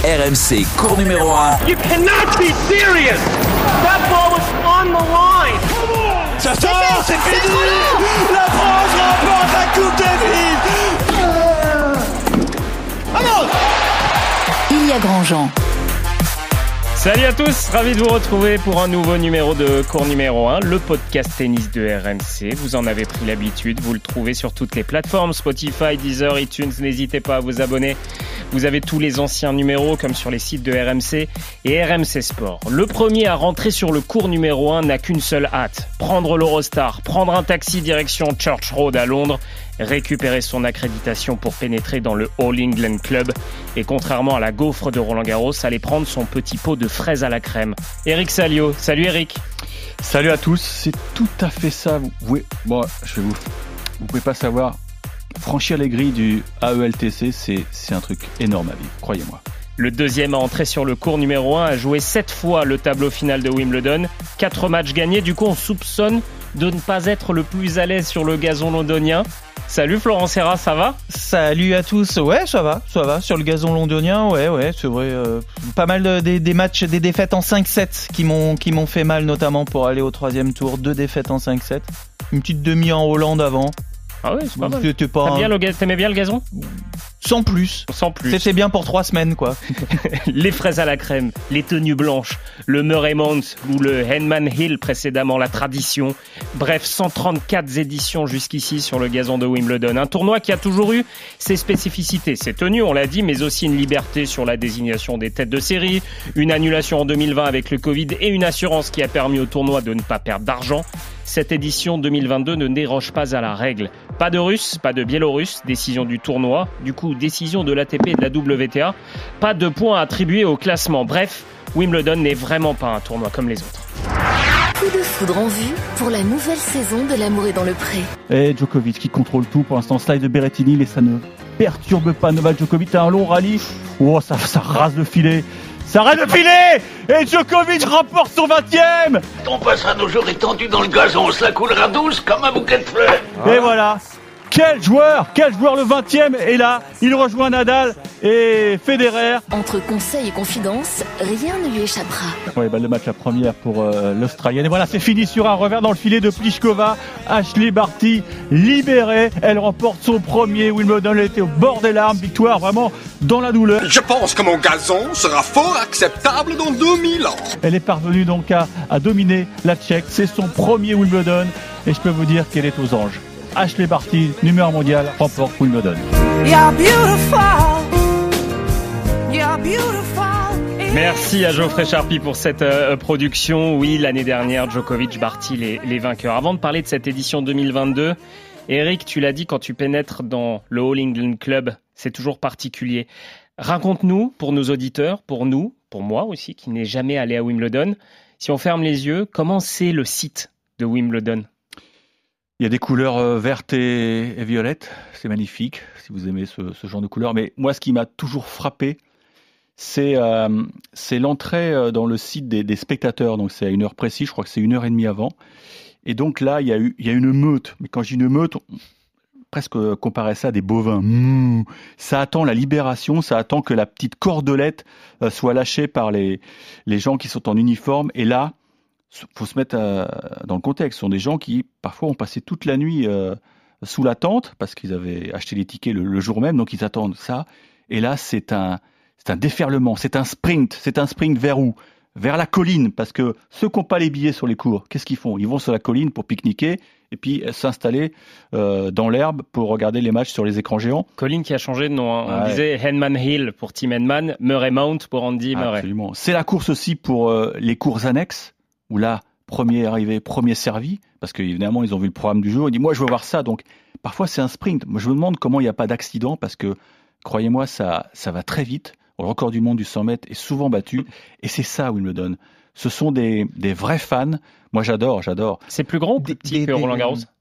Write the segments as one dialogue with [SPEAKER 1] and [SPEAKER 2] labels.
[SPEAKER 1] RMC, cours numéro 1.
[SPEAKER 2] You cannot be serious. That ball was on the line.
[SPEAKER 3] Ça sort, c'est fini. La France remporte la Coupe Davis. Allons.
[SPEAKER 4] Ilia Grandjean.
[SPEAKER 5] Salut à tous, ravi de vous retrouver pour un nouveau numéro de cours numéro 1, le podcast tennis de RMC. Vous en avez pris l'habitude, vous le trouvez sur toutes les plateformes, Spotify, Deezer, iTunes, n'hésitez pas à vous abonner. Vous avez tous les anciens numéros comme sur les sites de RMC et RMC Sport. Le premier à rentrer sur le cours numéro 1 n'a qu'une seule hâte, prendre l'Eurostar, prendre un taxi direction Church Road à Londres, récupérer son accréditation pour pénétrer dans le All England Club et contrairement à la gaufre de Roland Garros, aller prendre son petit pot de fraises à la crème. Eric Salio, salut Eric.
[SPEAKER 6] Salut à tous, c'est tout à fait ça. Vous pouvez pas savoir, franchir les grilles du AELTC, c'est un truc énorme à vivre, croyez-moi.
[SPEAKER 5] Le deuxième à entrer sur le cours numéro 1 a joué 7 fois le tableau final de Wimbledon, 4 matchs gagnés, du coup on soupçonne de ne pas être le plus à l'aise sur le gazon londonien. Salut Florent Serra, ça va ?
[SPEAKER 7] Salut à tous, ouais ça va, sur le gazon londonien, ouais, c'est vrai, pas mal des matchs, des défaites en 5-7 qui m'ont fait mal, notamment pour aller au troisième tour, 2 défaites en 5-7, une petite demi en Hollande avant.
[SPEAKER 5] Ah ouais, c'est pas mal.
[SPEAKER 7] T'aimais
[SPEAKER 5] bien le gazon ?
[SPEAKER 7] Sans plus. C'était bien pour 3 semaines, quoi.
[SPEAKER 5] Les fraises à la crème, les tenues blanches, le Murray Mount ou le Henman Hill précédemment, la tradition. Bref, 134 éditions jusqu'ici sur le gazon de Wimbledon. Un tournoi qui a toujours eu ses spécificités, ses tenues, on l'a dit, mais aussi une liberté sur la désignation des têtes de série, une annulation en 2020 avec le Covid et une assurance qui a permis au tournoi de ne pas perdre d'argent. Cette édition 2022 ne déroge pas à la règle. Pas de Russes, pas de Biélorusses, décision du tournoi, du coup décision de l'ATP et de la WTA, pas de points attribués au classement. Bref, Wimbledon n'est vraiment pas un tournoi comme les autres.
[SPEAKER 4] Coup de foudre en vue pour la nouvelle saison de L'amour est dans le pré.
[SPEAKER 6] Et Djokovic qui contrôle tout pour l'instant, slide de Berrettini, mais ça ne perturbe pas Novak Djokovic. Un long rallye, ça rase le filet. Ça arrête de filer. Et Djokovic remporte son 20e.
[SPEAKER 8] On passera nos jours étendus dans le gazon, ça coulera douce comme un bouquet de fleurs.
[SPEAKER 6] Et voilà. Quel joueur le 20e. Et là, il rejoint Nadal et Federer.
[SPEAKER 4] Entre conseils et confidences, rien ne lui échappera.
[SPEAKER 6] Ouais, le match à première pour l'Australienne. Et voilà, c'est fini sur un revers dans le filet de Pliskova. Ashley Barty libérée. Elle remporte son premier Wimbledon. Elle était au bord des larmes. Victoire vraiment dans la douleur.
[SPEAKER 3] Je pense que mon gazon sera fort acceptable dans 2000 ans.
[SPEAKER 6] Elle est parvenue donc à dominer la Tchèque. C'est son premier Wimbledon. Et je peux vous dire qu'elle est aux anges. Ashley Barty, numéro 1 mondial, remporte Wimbledon.
[SPEAKER 5] Merci à Geoffrey Charpie pour cette production. Oui, l'année dernière, Djokovic, Barty, les vainqueurs. Avant de parler de cette édition 2022, Eric, tu l'as dit, quand tu pénètres dans le All England Club, c'est toujours particulier. Raconte-nous, pour nos auditeurs, pour nous, pour moi aussi, qui n'ai jamais allé à Wimbledon, si on ferme les yeux, comment c'est le site de Wimbledon ?
[SPEAKER 6] Il y a des couleurs vertes et violettes, c'est magnifique si vous aimez ce genre de couleurs. Mais moi, ce qui m'a toujours frappé, c'est l'entrée dans le site des spectateurs. Donc c'est à 1h précise, je crois que c'est 1h30 avant. Et donc là, il y a une meute. Mais quand je dis une meute, presque comparer ça à des bovins. Ça attend la libération, ça attend que la petite cordelette soit lâchée par les gens qui sont en uniforme. Et là, faut se mettre dans le contexte. Ce sont des gens qui, parfois, ont passé toute la nuit sous la tente parce qu'ils avaient acheté les tickets le jour même, donc ils attendent ça. Et là, c'est un déferlement, c'est un sprint. C'est un sprint vers où ? Vers la colline, parce que ceux qui n'ont pas les billets sur les cours, qu'est-ce qu'ils font ? Ils vont sur la colline pour pique-niquer et puis s'installer dans l'herbe pour regarder les matchs sur les écrans géants.
[SPEAKER 5] Colline qui a changé de nom. On disait Henman Hill pour Tim Henman, Murray Mount pour Andy Murray.
[SPEAKER 6] Absolument. C'est la course aussi pour les cours annexes, où là, premier arrivé, premier servi, parce qu'évidemment, ils ont vu le programme du jour. Ils disent, moi, je veux voir ça. Donc, parfois, c'est un sprint. Moi, je me demande comment il n'y a pas d'accident, parce que, croyez-moi, ça va très vite. Le record du monde du 100 mètres est souvent battu. Et c'est ça, Wimbledon. Ce sont des vrais fans. Moi, j'adore.
[SPEAKER 5] C'est plus grand ou plus petit que Roland Garros ?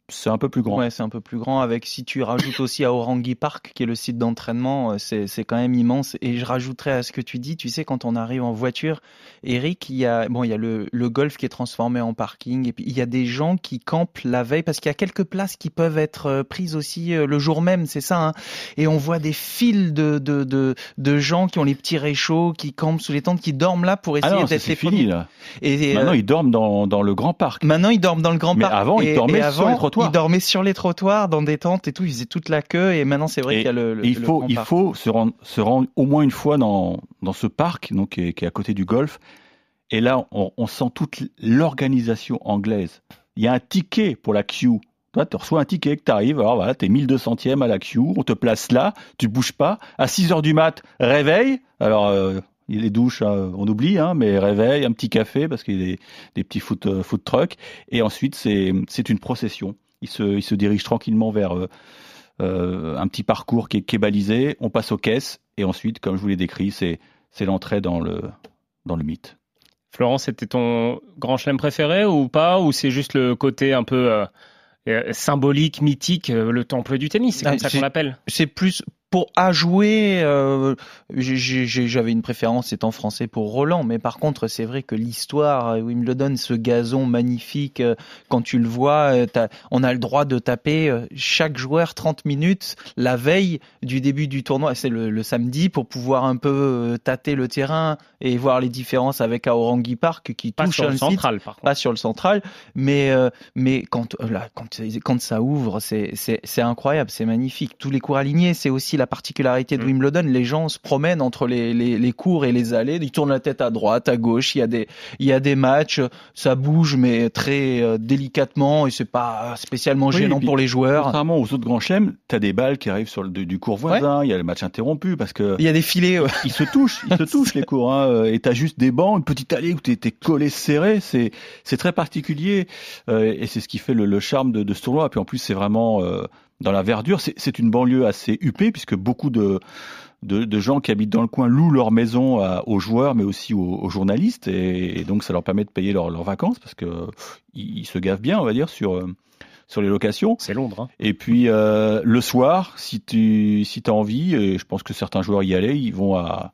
[SPEAKER 6] c'est un peu plus grand.
[SPEAKER 7] Ouais, c'est un peu plus grand. Avec, si tu rajoutes aussi à Orangi Park, qui est le site d'entraînement, c'est quand même immense. Et je rajouterais à ce que tu dis, tu sais, quand on arrive en voiture, Eric, il y a le golf qui est transformé en parking. Et puis, il y a des gens qui campent la veille parce qu'il y a quelques places qui peuvent être prises aussi le jour même, c'est ça, hein. Et on voit des files de gens qui ont les petits réchauds, qui campent sous les tentes, qui dorment là pour essayer d'être les
[SPEAKER 6] fini, là. Et maintenant, ils dorment dans le grand parc.
[SPEAKER 7] Maintenant, ils dorment dans le grand parc.
[SPEAKER 6] Mais avant, ils dormaient sur les trottoirs.
[SPEAKER 7] Ils dormaient sur les trottoirs, dans des tentes et tout. Ils faisaient toute la queue. Et maintenant, c'est vrai qu'il y a
[SPEAKER 6] il faut se rendre au moins une fois dans ce parc, donc qui est à côté du golf. Et là, on sent toute l'organisation anglaise. Il y a un ticket pour la queue. Toi, tu reçois un ticket que tu arrives. Alors voilà, t'es 1200e à la queue. On te place là. Tu bouges pas. À 6h du mat, réveil. Alors, les douches, on oublie, mais réveil, un petit café parce qu'il y a des petits food trucks. Et ensuite, c'est une procession. Il se dirige tranquillement vers un petit parcours qui est balisé. On passe aux caisses et ensuite, comme je vous l'ai décrit, c'est l'entrée dans le mythe.
[SPEAKER 5] Florence, c'était ton grand chelem préféré ou pas? Ou c'est juste le côté un peu symbolique, mythique, le temple du tennis, c'est comme ça qu'on l'appelle? C'est
[SPEAKER 7] plus... Pour à jouer, j'avais une préférence étant français pour Roland, mais par contre c'est vrai que l'histoire Wimbledon, ce gazon magnifique, quand tu le vois, on a le droit de taper chaque joueur 30 minutes la veille du début du tournoi, c'est le samedi, pour pouvoir un peu tâter le terrain et voir les différences avec Orangi Park qui touche un site, pas sur le central, mais quand ça ouvre, c'est incroyable, c'est magnifique, tous les cours alignés, c'est aussi la particularité de Wimbledon, les gens se promènent entre les cours et les allées, ils tournent la tête à droite, à gauche, il y a des matchs, ça bouge mais très délicatement et c'est pas spécialement gênant pour les joueurs.
[SPEAKER 6] Contrairement aux autres grands chelems, t'as des balles qui arrivent sur du cours voisin, il y a le match interrompu parce que
[SPEAKER 7] il y a des filets.
[SPEAKER 6] Ils se touchent les cours, et t'as juste des bancs, une petite allée où t'es collé serré, c'est très particulier et c'est ce qui fait le charme de ce tournoi. Et puis en plus c'est vraiment dans la verdure, c'est une banlieue assez huppée puisque beaucoup de gens qui habitent dans le coin louent leur maison aux joueurs mais aussi aux journalistes et donc ça leur permet de payer leurs vacances parce que ils se gavent bien, on va dire, sur les locations.
[SPEAKER 5] C'est Londres.
[SPEAKER 6] Et puis le soir, si t'as envie, et je pense que certains joueurs y allaient, ils vont à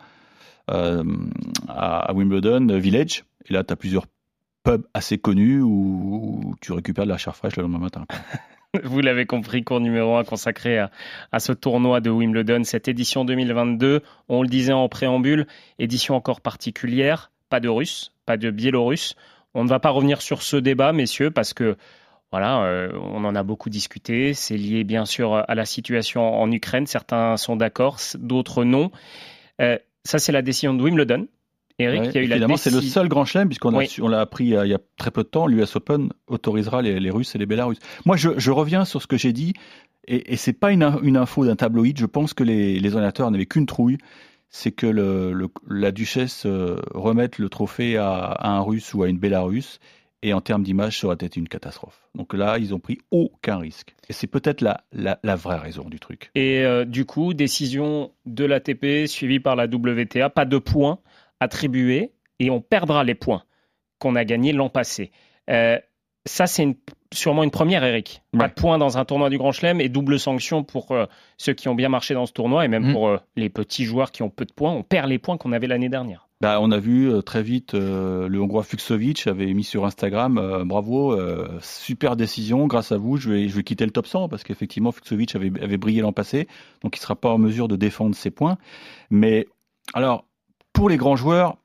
[SPEAKER 6] Wimbledon Village et là t'as plusieurs pubs assez connus où tu récupères de la chair fraîche le lendemain matin.
[SPEAKER 5] Vous l'avez compris, cours numéro 1 consacré à ce tournoi de Wimbledon, cette édition 2022. On le disait en préambule, édition encore particulière, pas de Russes, pas de Biélorusses. On ne va pas revenir sur ce débat, messieurs, parce que voilà, on en a beaucoup discuté. C'est lié bien sûr à la situation en Ukraine. Certains sont d'accord, d'autres non. Ça, c'est la décision de Wimbledon. Eric, il y a eu
[SPEAKER 6] évidemment, c'est le seul grand chelem, puisqu'on l'a appris il y a très peu de temps, l'US Open autorisera les Russes et les Bélarusses. Moi, je reviens sur ce que j'ai dit, et c'est pas une info d'un tabloïd, je pense que les organisateurs n'avaient qu'une trouille, c'est que la duchesse remette le trophée à un Russe ou à une Bélarusse, et en termes d'image, ça aurait été une catastrophe. Donc là, ils ont pris aucun risque. Et c'est peut-être la vraie raison du truc.
[SPEAKER 5] Et du coup, décision de l'ATP, suivie par la WTA, pas de points attribués et on perdra les points qu'on a gagnés l'an passé. Ça, c'est sûrement une première, Eric. Pas de points dans un tournoi du Grand Chelem et double sanction pour ceux qui ont bien marché dans ce tournoi et même pour les petits joueurs qui ont peu de points. On perd les points qu'on avait l'année dernière.
[SPEAKER 6] On a vu très vite le Hongrois Fucsovics avait mis sur Instagram bravo, super décision, grâce à vous je vais quitter le top 100 parce qu'effectivement Fucsovics avait brillé l'an passé, donc il ne sera pas en mesure de défendre ses points. Mais alors, pour les grands joueurs,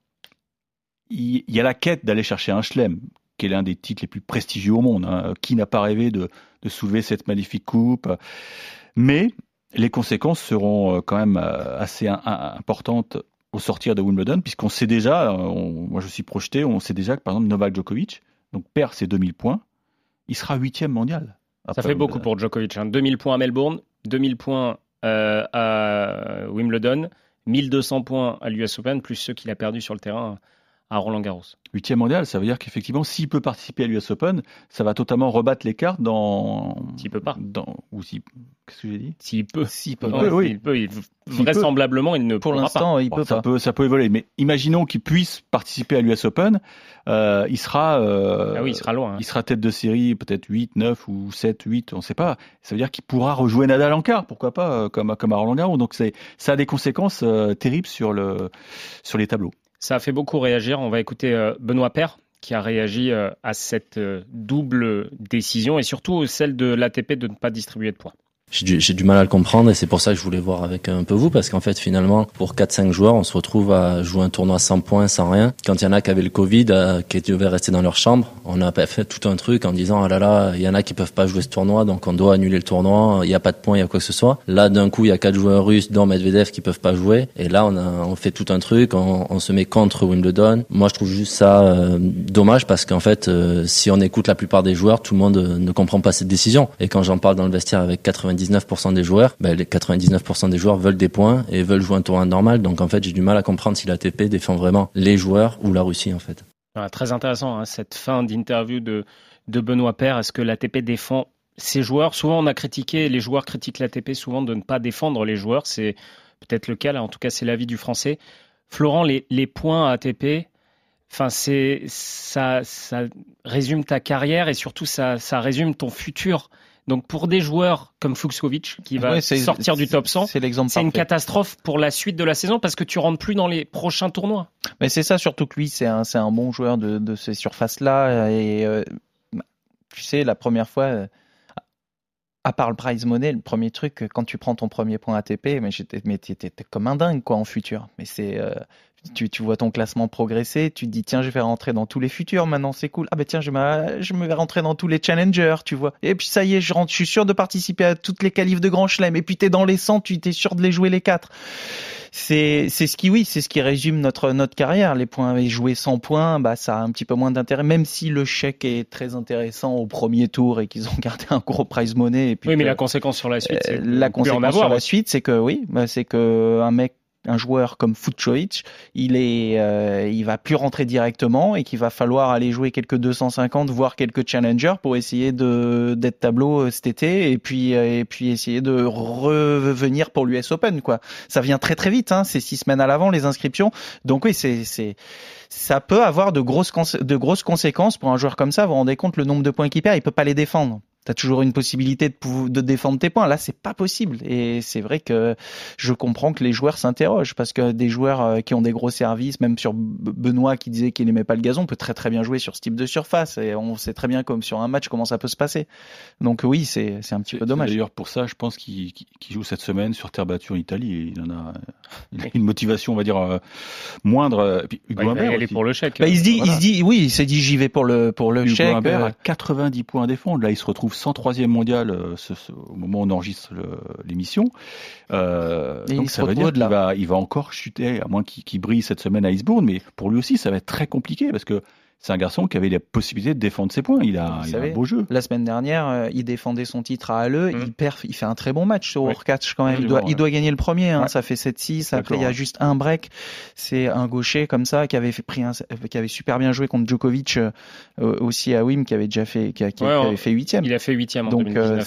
[SPEAKER 6] il y a la quête d'aller chercher un chelem, qui est l'un des titres les plus prestigieux au monde. Qui n'a pas rêvé de soulever cette magnifique coupe? Mais les conséquences seront quand même assez importantes au sortir de Wimbledon, puisqu'on sait déjà, moi je suis projeté, on sait déjà que par exemple Novak Djokovic perd ses 2000 points, il sera 8e mondial.
[SPEAKER 5] Ça fait beaucoup pour Djokovic. 2000 points à Melbourne, 2000 points à Wimbledon, 1200 points à l'US Open, plus ceux qu'il a perdus sur le terrain à Roland-Garros.
[SPEAKER 6] 8e mondial, ça veut dire qu'effectivement, s'il peut participer à l'US Open, ça va totalement rebattre les cartes dans...
[SPEAKER 5] S'il peut pas.
[SPEAKER 6] Qu'est-ce que j'ai dit ?
[SPEAKER 5] S'il peut.
[SPEAKER 7] S'il peut.
[SPEAKER 6] Oui.
[SPEAKER 5] Vraisemblablement, il ne
[SPEAKER 7] Pour
[SPEAKER 5] pourra
[SPEAKER 7] l'instant,
[SPEAKER 5] pas.
[SPEAKER 7] il peut pas.
[SPEAKER 6] Ça peut évoluer, mais imaginons qu'il puisse participer à l'US Open, il sera...
[SPEAKER 5] il sera loin.
[SPEAKER 6] Il sera tête de série, peut-être 8, 9 ou 7, 8, on ne sait pas. Ça veut dire qu'il pourra rejouer Nadal en quart, pourquoi pas, comme à Roland-Garros. Donc ça a des conséquences terribles sur les tableaux.
[SPEAKER 5] Ça a fait beaucoup réagir. On va écouter Benoît Paire qui a réagi à cette double décision et surtout celle de l'ATP de ne pas distribuer de points.
[SPEAKER 9] J'ai du mal à le comprendre et c'est pour ça que je voulais voir avec un peu vous parce qu'en fait finalement pour 4-5 joueurs on se retrouve à jouer un tournoi sans points, sans rien. Quand il y en a qui avaient le Covid, qui devaient rester dans leur chambre, on a fait tout un truc en disant ah là là, il y en a qui peuvent pas jouer ce tournoi donc on doit annuler le tournoi, il y a pas de points, il y a quoi que ce soit. Là d'un coup il y a 4 joueurs russes dont Medvedev qui peuvent pas jouer et là on fait tout un truc, on se met contre Wimbledon. Moi je trouve juste ça dommage parce qu'en fait si on écoute la plupart des joueurs, tout le monde ne comprend pas cette décision et quand j'en parle dans le vestiaire avec 99% des joueurs, les 99% des joueurs veulent des points et veulent jouer un tournoi normal. Donc en fait, j'ai du mal à comprendre si l'ATP défend vraiment les joueurs ou la Russie en fait.
[SPEAKER 5] Très intéressant cette fin d'interview de Benoît Paire. Est-ce que l'ATP défend ses joueurs ? Souvent, on a critiqué, les joueurs critiquent l'ATP souvent de ne pas défendre les joueurs. C'est peut-être le cas là. En tout cas, c'est l'avis du Français. Florent, les points ATP. Enfin, ça résume ta carrière et surtout ça résume ton futur. Donc pour des joueurs comme Fucsovics qui va sortir du top 100, c'est une catastrophe pour la suite de la saison parce que tu rentres plus dans les prochains tournois.
[SPEAKER 7] Mais c'est ça surtout que lui, c'est un bon joueur de ces surfaces-là et tu sais la première fois. À part le prize money, le premier truc, quand tu prends ton premier point ATP, mais t'étais comme un dingue quoi en futur. Mais tu vois ton classement progresser, tu te dis tiens je vais rentrer dans tous les futurs maintenant c'est cool. Ah ben tiens je me vais rentrer dans tous les challengers tu vois. Et puis ça y est je suis sûr de participer à toutes les qualifs de Grand Chelem. Et puis t'es dans les 100, tu t'es sûr de les jouer les 4. C'est ce qui résume notre carrière. Les points joués 100 points, ça a un petit peu moins d'intérêt, même si le chèque est très intéressant au premier tour et qu'ils ont gardé un gros prize money. Et puis
[SPEAKER 5] mais la conséquence sur la suite,
[SPEAKER 7] c'est que un joueur comme Fucsovics, il va plus rentrer directement et qu'il va falloir aller jouer quelques 250 voire quelques challengers pour essayer d'être tableau cet été et puis essayer de revenir pour l'US Open quoi. Ça vient très très vite c'est 6 semaines à l'avant les inscriptions. Donc oui, ça peut avoir de grosses conséquences pour un joueur comme ça. Vous vous rendez compte le nombre de points qu'il perd, il peut pas les défendre. T'as toujours une possibilité de défendre tes points. Là, c'est pas possible. Et c'est vrai que je comprends que les joueurs s'interrogent parce que des joueurs qui ont des gros services, même sur Benoît qui disait qu'il aimait pas le gazon, peut très très bien jouer sur ce type de surface. Et on sait très bien comme sur un match comment ça peut se passer. Donc oui, c'est un petit peu dommage.
[SPEAKER 6] D'ailleurs, pour ça, je pense qu'il joue cette semaine sur terre battue en Italie. Et il a une motivation, on va dire, moindre. Et puis, Hugo Humbert
[SPEAKER 5] il est pour le chèque.
[SPEAKER 7] Il s'est dit j'y vais pour le chèque.
[SPEAKER 6] Hugo Humbert a 90 points à défendre. Là, il se retrouve 103e mondial au moment où on enregistre l'émission. Donc ça veut dire qu'il va encore chuter, à moins qu'il brille cette semaine à Eastbourne. Mais pour lui aussi, ça va être très compliqué parce que c'est un garçon qui avait la possibilité de défendre ses points. Il a un beau jeu.
[SPEAKER 7] La semaine dernière, il défendait son titre à Halle. Il fait un très bon match sur Hurkacz quand même. Il doit gagner le premier. Ça fait 7-6. Après, il y a juste un break. C'est un gaucher comme ça qui avait qui avait super bien joué contre Djokovic aussi à Wim, qui avait déjà fait, qui avait fait 8e.
[SPEAKER 5] Il a fait 8e en
[SPEAKER 7] Donc
[SPEAKER 5] 2019.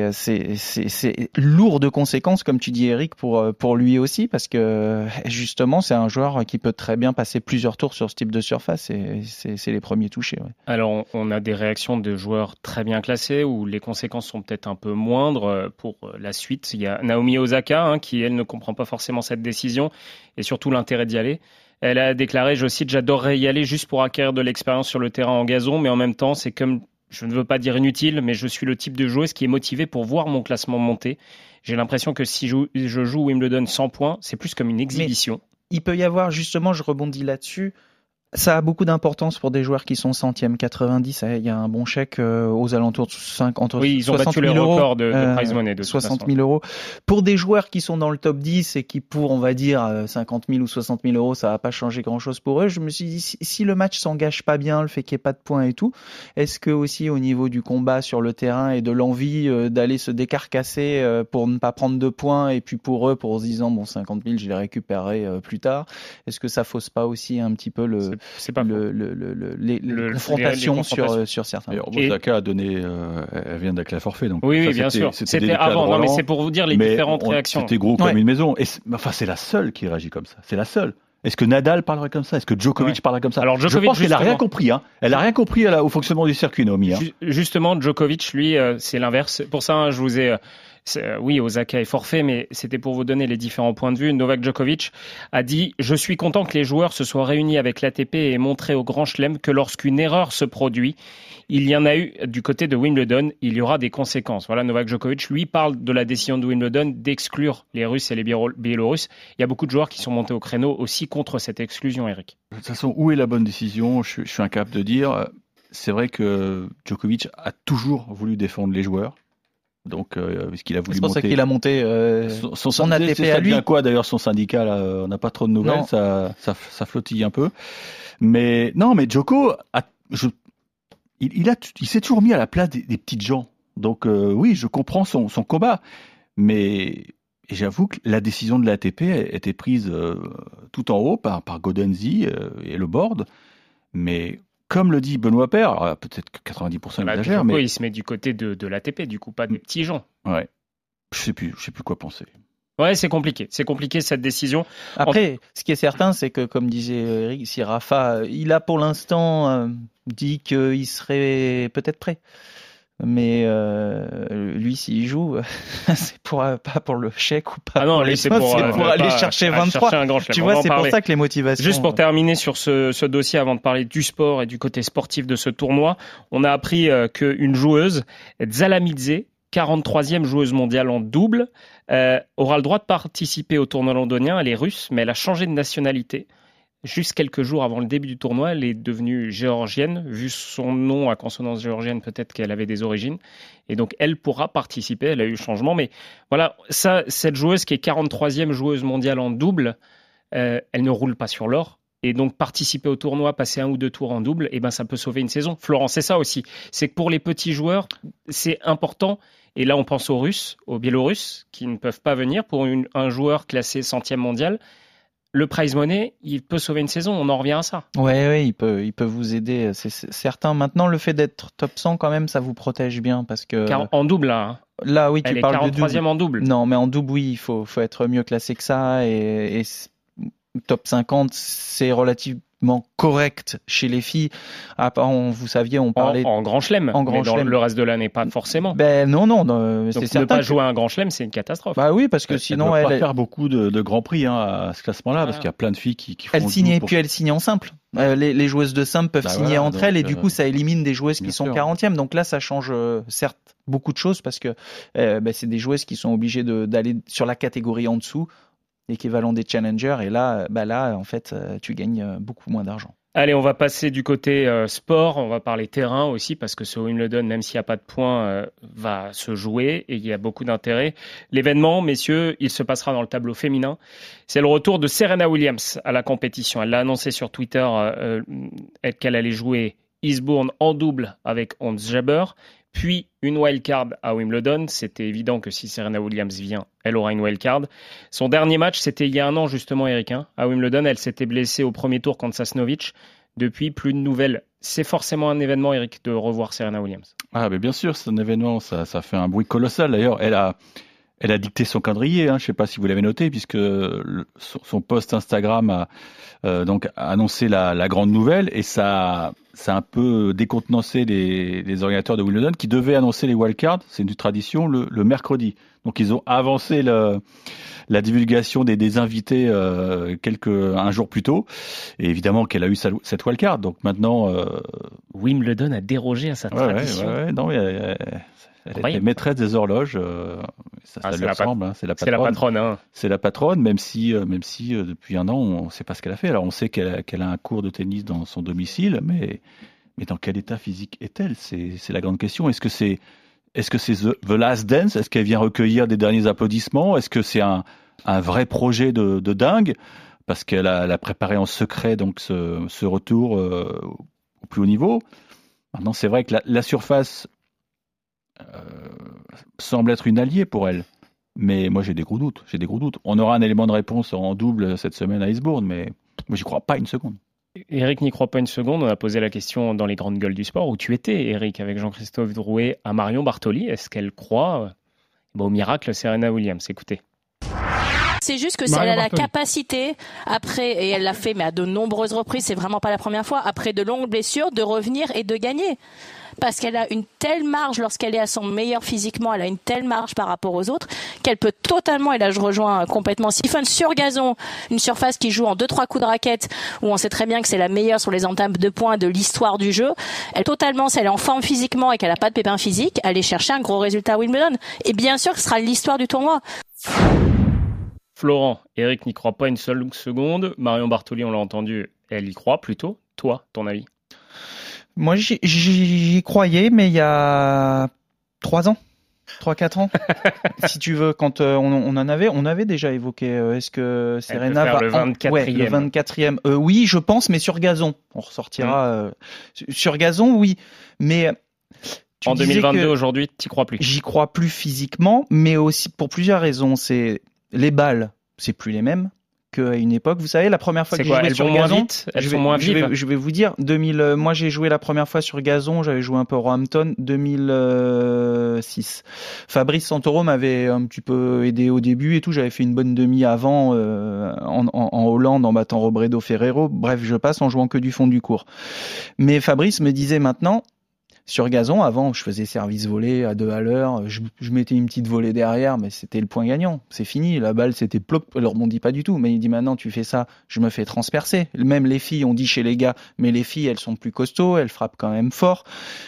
[SPEAKER 7] c'est lourd de conséquences, comme tu dis, Eric, pour lui aussi, parce que justement, c'est un joueur qui peut très bien passer plusieurs tours sur ce type de surface. C'est les premiers touchés. Ouais.
[SPEAKER 5] Alors, on a des réactions de joueurs très bien classés où les conséquences sont peut-être un peu moindres pour la suite. Il y a Naomi Osaka qui, elle, ne comprend pas forcément cette décision et surtout l'intérêt d'y aller. Elle a déclaré, je cite, « J'adorerais y aller juste pour acquérir de l'expérience sur le terrain en gazon, mais en même temps, c'est comme, je ne veux pas dire inutile, mais je suis le type de joueuse qui est motivée pour voir mon classement monter. J'ai l'impression que si je joue Wimbledon 100 points, c'est plus comme une exhibition. »
[SPEAKER 7] Il peut y avoir, justement, je rebondis là-dessus, ça a beaucoup d'importance pour des joueurs qui sont 100e, 90. Il y a un bon chèque aux alentours de 5, entre
[SPEAKER 5] ils ont 60 battu 000 le record de prize money de
[SPEAKER 7] 60 000 euros. Pour des joueurs qui sont dans le top 10 et qui, pour, on va dire, 50 000 ou 60 000 euros, ça va pas changer grand-chose pour eux. Je me suis dit, si le match s'engage pas bien, le fait qu'il n'y ait pas de points et tout, est-ce que aussi au niveau du combat sur le terrain et de l'envie d'aller se décarcasser pour ne pas prendre de points, et puis pour eux, pour se disant, bon, 50 000, je les récupérerai plus tard, est-ce que ça fausse pas aussi un petit peu le
[SPEAKER 5] c'est pas
[SPEAKER 7] les confrontations sur certains.
[SPEAKER 6] Osaka a donné, elle vient d'acter la forfait, donc.
[SPEAKER 5] Oui, bien sûr. C'était avant. Non, mais c'est pour vous dire les différentes réactions.
[SPEAKER 6] C'était gros comme une maison. Enfin, c'est la seule qui réagit comme ça. C'est la seule. Est-ce que Nadal parlerait comme ça? Est-ce que Djokovic parlerait comme ça? Alors, Djokovic, je pense qu'elle n'a rien compris. Hein. Elle n'a rien compris au fonctionnement du circuit, Naomi. Hein.
[SPEAKER 5] Justement, Djokovic, lui, c'est l'inverse. Pour ça, je vous ai... Oui, Osaka est forfait, mais c'était pour vous donner les différents points de vue. Novak Djokovic a dit « Je suis content que les joueurs se soient réunis avec l'ATP et aient montré au Grand Chelem que lorsqu'une erreur se produit, il y en a eu du côté de Wimbledon, il y aura des conséquences. » Voilà, Novak Djokovic, lui, parle de la décision de Wimbledon d'exclure les Russes et les Biélorusses. Il y a beaucoup de joueurs qui sont montés au créneau aussi contre cette exclusion, Eric.
[SPEAKER 6] De toute façon, où est la bonne décision? Je suis incapable de dire. C'est vrai que Djokovic a toujours voulu défendre les joueurs. Donc, puisqu'il a voulu monter. C'est
[SPEAKER 7] pour ça qu'il a monté son ATP à lui.
[SPEAKER 6] Ça quoi d'ailleurs son syndicat là, on n'a pas trop de nouvelles, ça flottille un peu. Mais non, mais Djoko, il s'est toujours mis à la place des petites gens. Donc oui, je comprends son combat, mais j'avoue que la décision de l'ATP a été prise tout en haut par Gaudenzi et le board, mais comme le dit Benoît Paire, alors peut-être que 90% exagère, mais
[SPEAKER 5] il se met du côté de l'ATP, du coup, pas des petits gens.
[SPEAKER 6] Ouais. Je sais plus quoi penser.
[SPEAKER 5] Ouais, c'est compliqué cette décision.
[SPEAKER 7] Après, ce qui est certain, c'est que, comme disait Eric, si Rafa, il a pour l'instant dit qu'il serait peut-être prêt. Mais lui, s'il joue, c'est pas pour le chèque ou pas.
[SPEAKER 5] Ah non,
[SPEAKER 7] pour
[SPEAKER 5] c'est pour
[SPEAKER 7] aller chercher 23. Tu vois, c'est pour ça que les motivations.
[SPEAKER 5] Juste pour terminer sur ce dossier, avant de parler du sport et du côté sportif de ce tournoi, on a appris qu'une joueuse, Dzalamidze, 43e joueuse mondiale en double, aura le droit de participer au tournoi londonien. Elle est russe, mais elle a changé de nationalité. Juste quelques jours avant le début du tournoi, elle est devenue géorgienne. Vu son nom à consonance géorgienne, peut-être qu'elle avait des origines. Et donc, elle pourra participer. Elle a eu le changement. Mais voilà, cette joueuse qui est 43e joueuse mondiale en double, elle ne roule pas sur l'or. Et donc, participer au tournoi, passer un ou deux tours en double, ça peut sauver une saison. Florent, c'est ça aussi. C'est que pour les petits joueurs, c'est important. Et là, on pense aux Russes, aux Biélorusses, qui ne peuvent pas venir. Pour un joueur classé 100e mondial, le prize money, il peut sauver une saison, on en revient à ça.
[SPEAKER 7] Ouais, il peut vous aider, c'est certain. Maintenant, le fait d'être top 100, quand même, ça vous protège bien parce que...
[SPEAKER 5] En double, là. Hein.
[SPEAKER 7] Là, oui, tu
[SPEAKER 5] Elle
[SPEAKER 7] parles
[SPEAKER 5] est 43e en double.
[SPEAKER 7] Non, mais en double, oui, il faut être mieux classé que ça. Et top 50, c'est relativement correct chez les filles. Vous saviez, on parlait...
[SPEAKER 5] En Grand Chelem. Mais dans le reste de l'année, pas forcément.
[SPEAKER 7] Non,
[SPEAKER 5] c'est certain. Ne pas jouer à un Grand Chelem, c'est une catastrophe.
[SPEAKER 7] Bah oui, parce que sinon...
[SPEAKER 6] Elle ne peut pas faire beaucoup de grands prix à ce classement-là, parce qu'il y a plein de filles qui font...
[SPEAKER 7] Elle signe en simple. Les joueuses de simple peuvent signer entre elles, et du coup, ça élimine des joueuses qui sont 40e. Donc là, ça change, certes, beaucoup de choses, parce que c'est des joueuses qui sont obligées d'aller sur la catégorie en dessous, l'équivalent des challengers, et là, en fait, tu gagnes beaucoup moins d'argent.
[SPEAKER 5] Allez, on va passer du côté sport, on va parler terrain aussi, parce que ce Wimbledon, même s'il n'y a pas de points, va se jouer et il y a beaucoup d'intérêt. L'événement, messieurs, il se passera dans le tableau féminin. C'est le retour de Serena Williams à la compétition. Elle l'a annoncé sur Twitter qu'elle allait jouer Eastbourne en double avec Ons Jabeur, puis une wildcard à Wimbledon. C'était évident que si Serena Williams vient, elle aura une wildcard. Son dernier match, c'était il y a un an justement, Eric, à Wimbledon. Elle s'était blessée au premier tour contre Sasnovich. Depuis, plus de nouvelles. C'est forcément un événement, Eric, de revoir Serena Williams.
[SPEAKER 6] Ah, mais bien sûr, c'est un événement. Ça fait un bruit colossal. D'ailleurs, elle a dicté son calendrier. Je ne sais pas si vous l'avez noté, puisque son post Instagram a donc annoncé la grande nouvelle, et ça a un peu décontenancé les organisateurs de Wimbledon qui devaient annoncer les wildcards, c'est une tradition, le mercredi. Donc ils ont avancé la divulgation des invités un jour plus tôt, et évidemment qu'elle a eu cette wildcard. Donc maintenant,
[SPEAKER 5] Wimbledon a dérogé à sa tradition.
[SPEAKER 6] Non, elle était maîtresse des horloges. Ça lui ressemble. C'est la patronne.
[SPEAKER 5] Hein.
[SPEAKER 6] C'est la patronne, même si depuis un an, on ne sait pas ce qu'elle a fait. Alors on sait qu'elle a un cours de tennis dans son domicile, mais dans quel état physique est-elle? C'est la grande question. Est-ce que c'est The Last Dance? Est-ce qu'elle vient recueillir des derniers applaudissements? Est-ce que c'est un vrai projet de dingue? Parce qu'elle a préparé en secret donc ce retour au plus haut niveau. Maintenant, c'est vrai que la surface semble être une alliée pour elle. Mais moi, j'ai des gros doutes. On aura un élément de réponse en double cette semaine à Eastbourne, mais moi, j'y crois pas une seconde.
[SPEAKER 5] Eric n'y croit pas une seconde. On a posé la question dans les grandes gueules du sport où tu étais, Eric, avec Jean-Christophe Drouet, à Marion Bartoli. Est-ce qu'elle croit au miracle Serena Williams? Écoutez.
[SPEAKER 10] C'est juste que si elle a la capacité, après, et elle l'a fait, mais à de nombreuses reprises, c'est vraiment pas la première fois, après de longues blessures, de revenir et de gagner. Parce qu'elle a une telle marge lorsqu'elle est à son meilleur physiquement, elle a une telle marge par rapport aux autres, qu'elle peut totalement, et là je rejoins complètement Siphon, sur gazon, une surface qui joue en 2-3 coups de raquette, où on sait très bien que c'est la meilleure sur les entames de points de l'histoire du jeu, elle totalement, si elle est en forme physiquement et qu'elle n'a pas de pépin physique, aller chercher un gros résultat à Wimbledon. Et bien sûr que ce sera l'histoire du tournoi.
[SPEAKER 5] Florent, Eric n'y croit pas une seule seconde. Marion Bartoli, on l'a entendu, elle y croit plutôt. Toi, ton avis?
[SPEAKER 7] Moi, j'y croyais, mais il y a 3 ans. 3-4 ans, si tu veux, quand on avait déjà évoqué, est-ce que Serena va
[SPEAKER 5] le 24e.
[SPEAKER 7] Ouais, le 24e. Oui, je pense, mais sur gazon. On ressortira sur gazon, oui. Mais
[SPEAKER 5] en 2022, aujourd'hui, tu n'y crois plus?
[SPEAKER 7] J'y crois plus physiquement, mais aussi pour plusieurs raisons. C'est les balles, c'est plus les mêmes qu'à une époque. Vous savez, la première fois que j'ai joué sur gazon, je vais vous dire, moi j'ai joué la première fois sur gazon, j'avais joué un peu au Roehampton, 2006. Fabrice Santoro m'avait un petit peu aidé au début et tout, j'avais fait une bonne demi avant en Hollande en battant Robredo Ferrero. Bref, je passe en jouant que du fond du court. Mais Fabrice me disait maintenant, sur gazon, avant, je faisais service volé à 2 à l'heure, je mettais une petite volée derrière, mais c'était le point gagnant. C'est fini, la balle, c'était ploc, elle rebondit pas du tout. Mais il dit maintenant, tu fais ça, je me fais transpercer. Même les filles, on dit chez les gars, mais les filles, elles sont plus costauds, elles frappent quand même fort.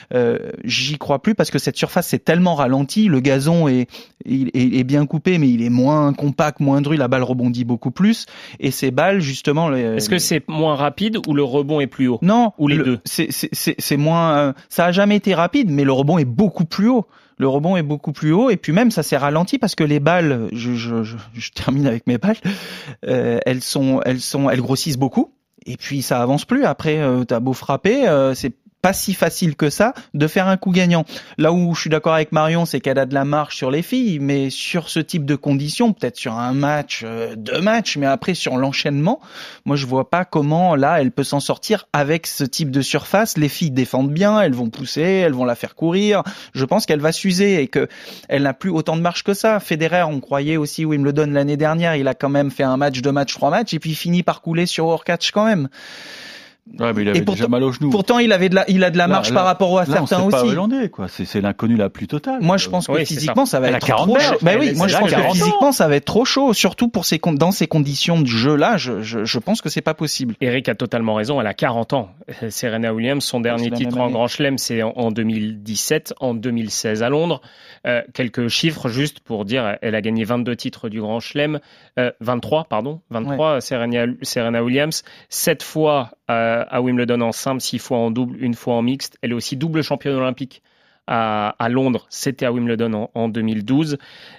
[SPEAKER 7] J'y crois plus parce que cette surface, c'est tellement ralenti, le gazon est bien coupé, mais il est moins compact, moins dru, la balle rebondit beaucoup plus. Et ces balles, justement...
[SPEAKER 5] Est-ce que c'est moins rapide ou le rebond est plus haut?
[SPEAKER 7] Non.
[SPEAKER 5] Ou les deux?
[SPEAKER 7] C'est moins... ça a jamais été rapide, mais le rebond est beaucoup plus haut. Le rebond est beaucoup plus haut et puis même ça s'est ralenti parce que les balles, je termine avec mes balles, elles grossissent beaucoup et puis ça avance plus. Après, t'as beau frapper, c'est pas si facile que ça de faire un coup gagnant. Là où je suis d'accord avec Marion, c'est qu'elle a de la marge sur les filles, mais sur ce type de conditions, peut-être sur un match, 2 matchs, mais après sur l'enchaînement, moi je vois pas comment là elle peut s'en sortir avec ce type de surface. Les filles défendent bien, elles vont pousser, elles vont la faire courir. Je pense qu'elle va s'user et que elle n'a plus autant de marge que ça. Federer, on croyait aussi Wimbledon l'année dernière, il a quand même fait un match, 2 matchs, 3 matchs et puis il finit par couler sur Hurkacz quand même.
[SPEAKER 6] Ouais, mais il avait déjà mal au genou.
[SPEAKER 7] Pourtant, il a de la marge par rapport à certains aussi.
[SPEAKER 6] C'est pas hollandais, quoi. C'est l'inconnu la plus totale.
[SPEAKER 7] Moi, je pense que physiquement, ça va être trop chaud. Moi, je pense que physiquement, ça va être trop chaud. Surtout dans ces conditions de jeu-là, je pense que c'est pas possible.
[SPEAKER 5] Eric a totalement raison. Elle a 40 ans. Serena Williams, son dernier titre en Grand Chelem, c'est en 2017, en 2016 à Londres. Quelques chiffres juste pour dire, elle a gagné 22 titres du Grand Chelem, 23, ouais. Serena Williams, 7 fois à Wimbledon en simple, 6 fois en double, 1 fois en mixte. Elle est aussi double championne olympique à Londres. C'était à Wimbledon en 2012.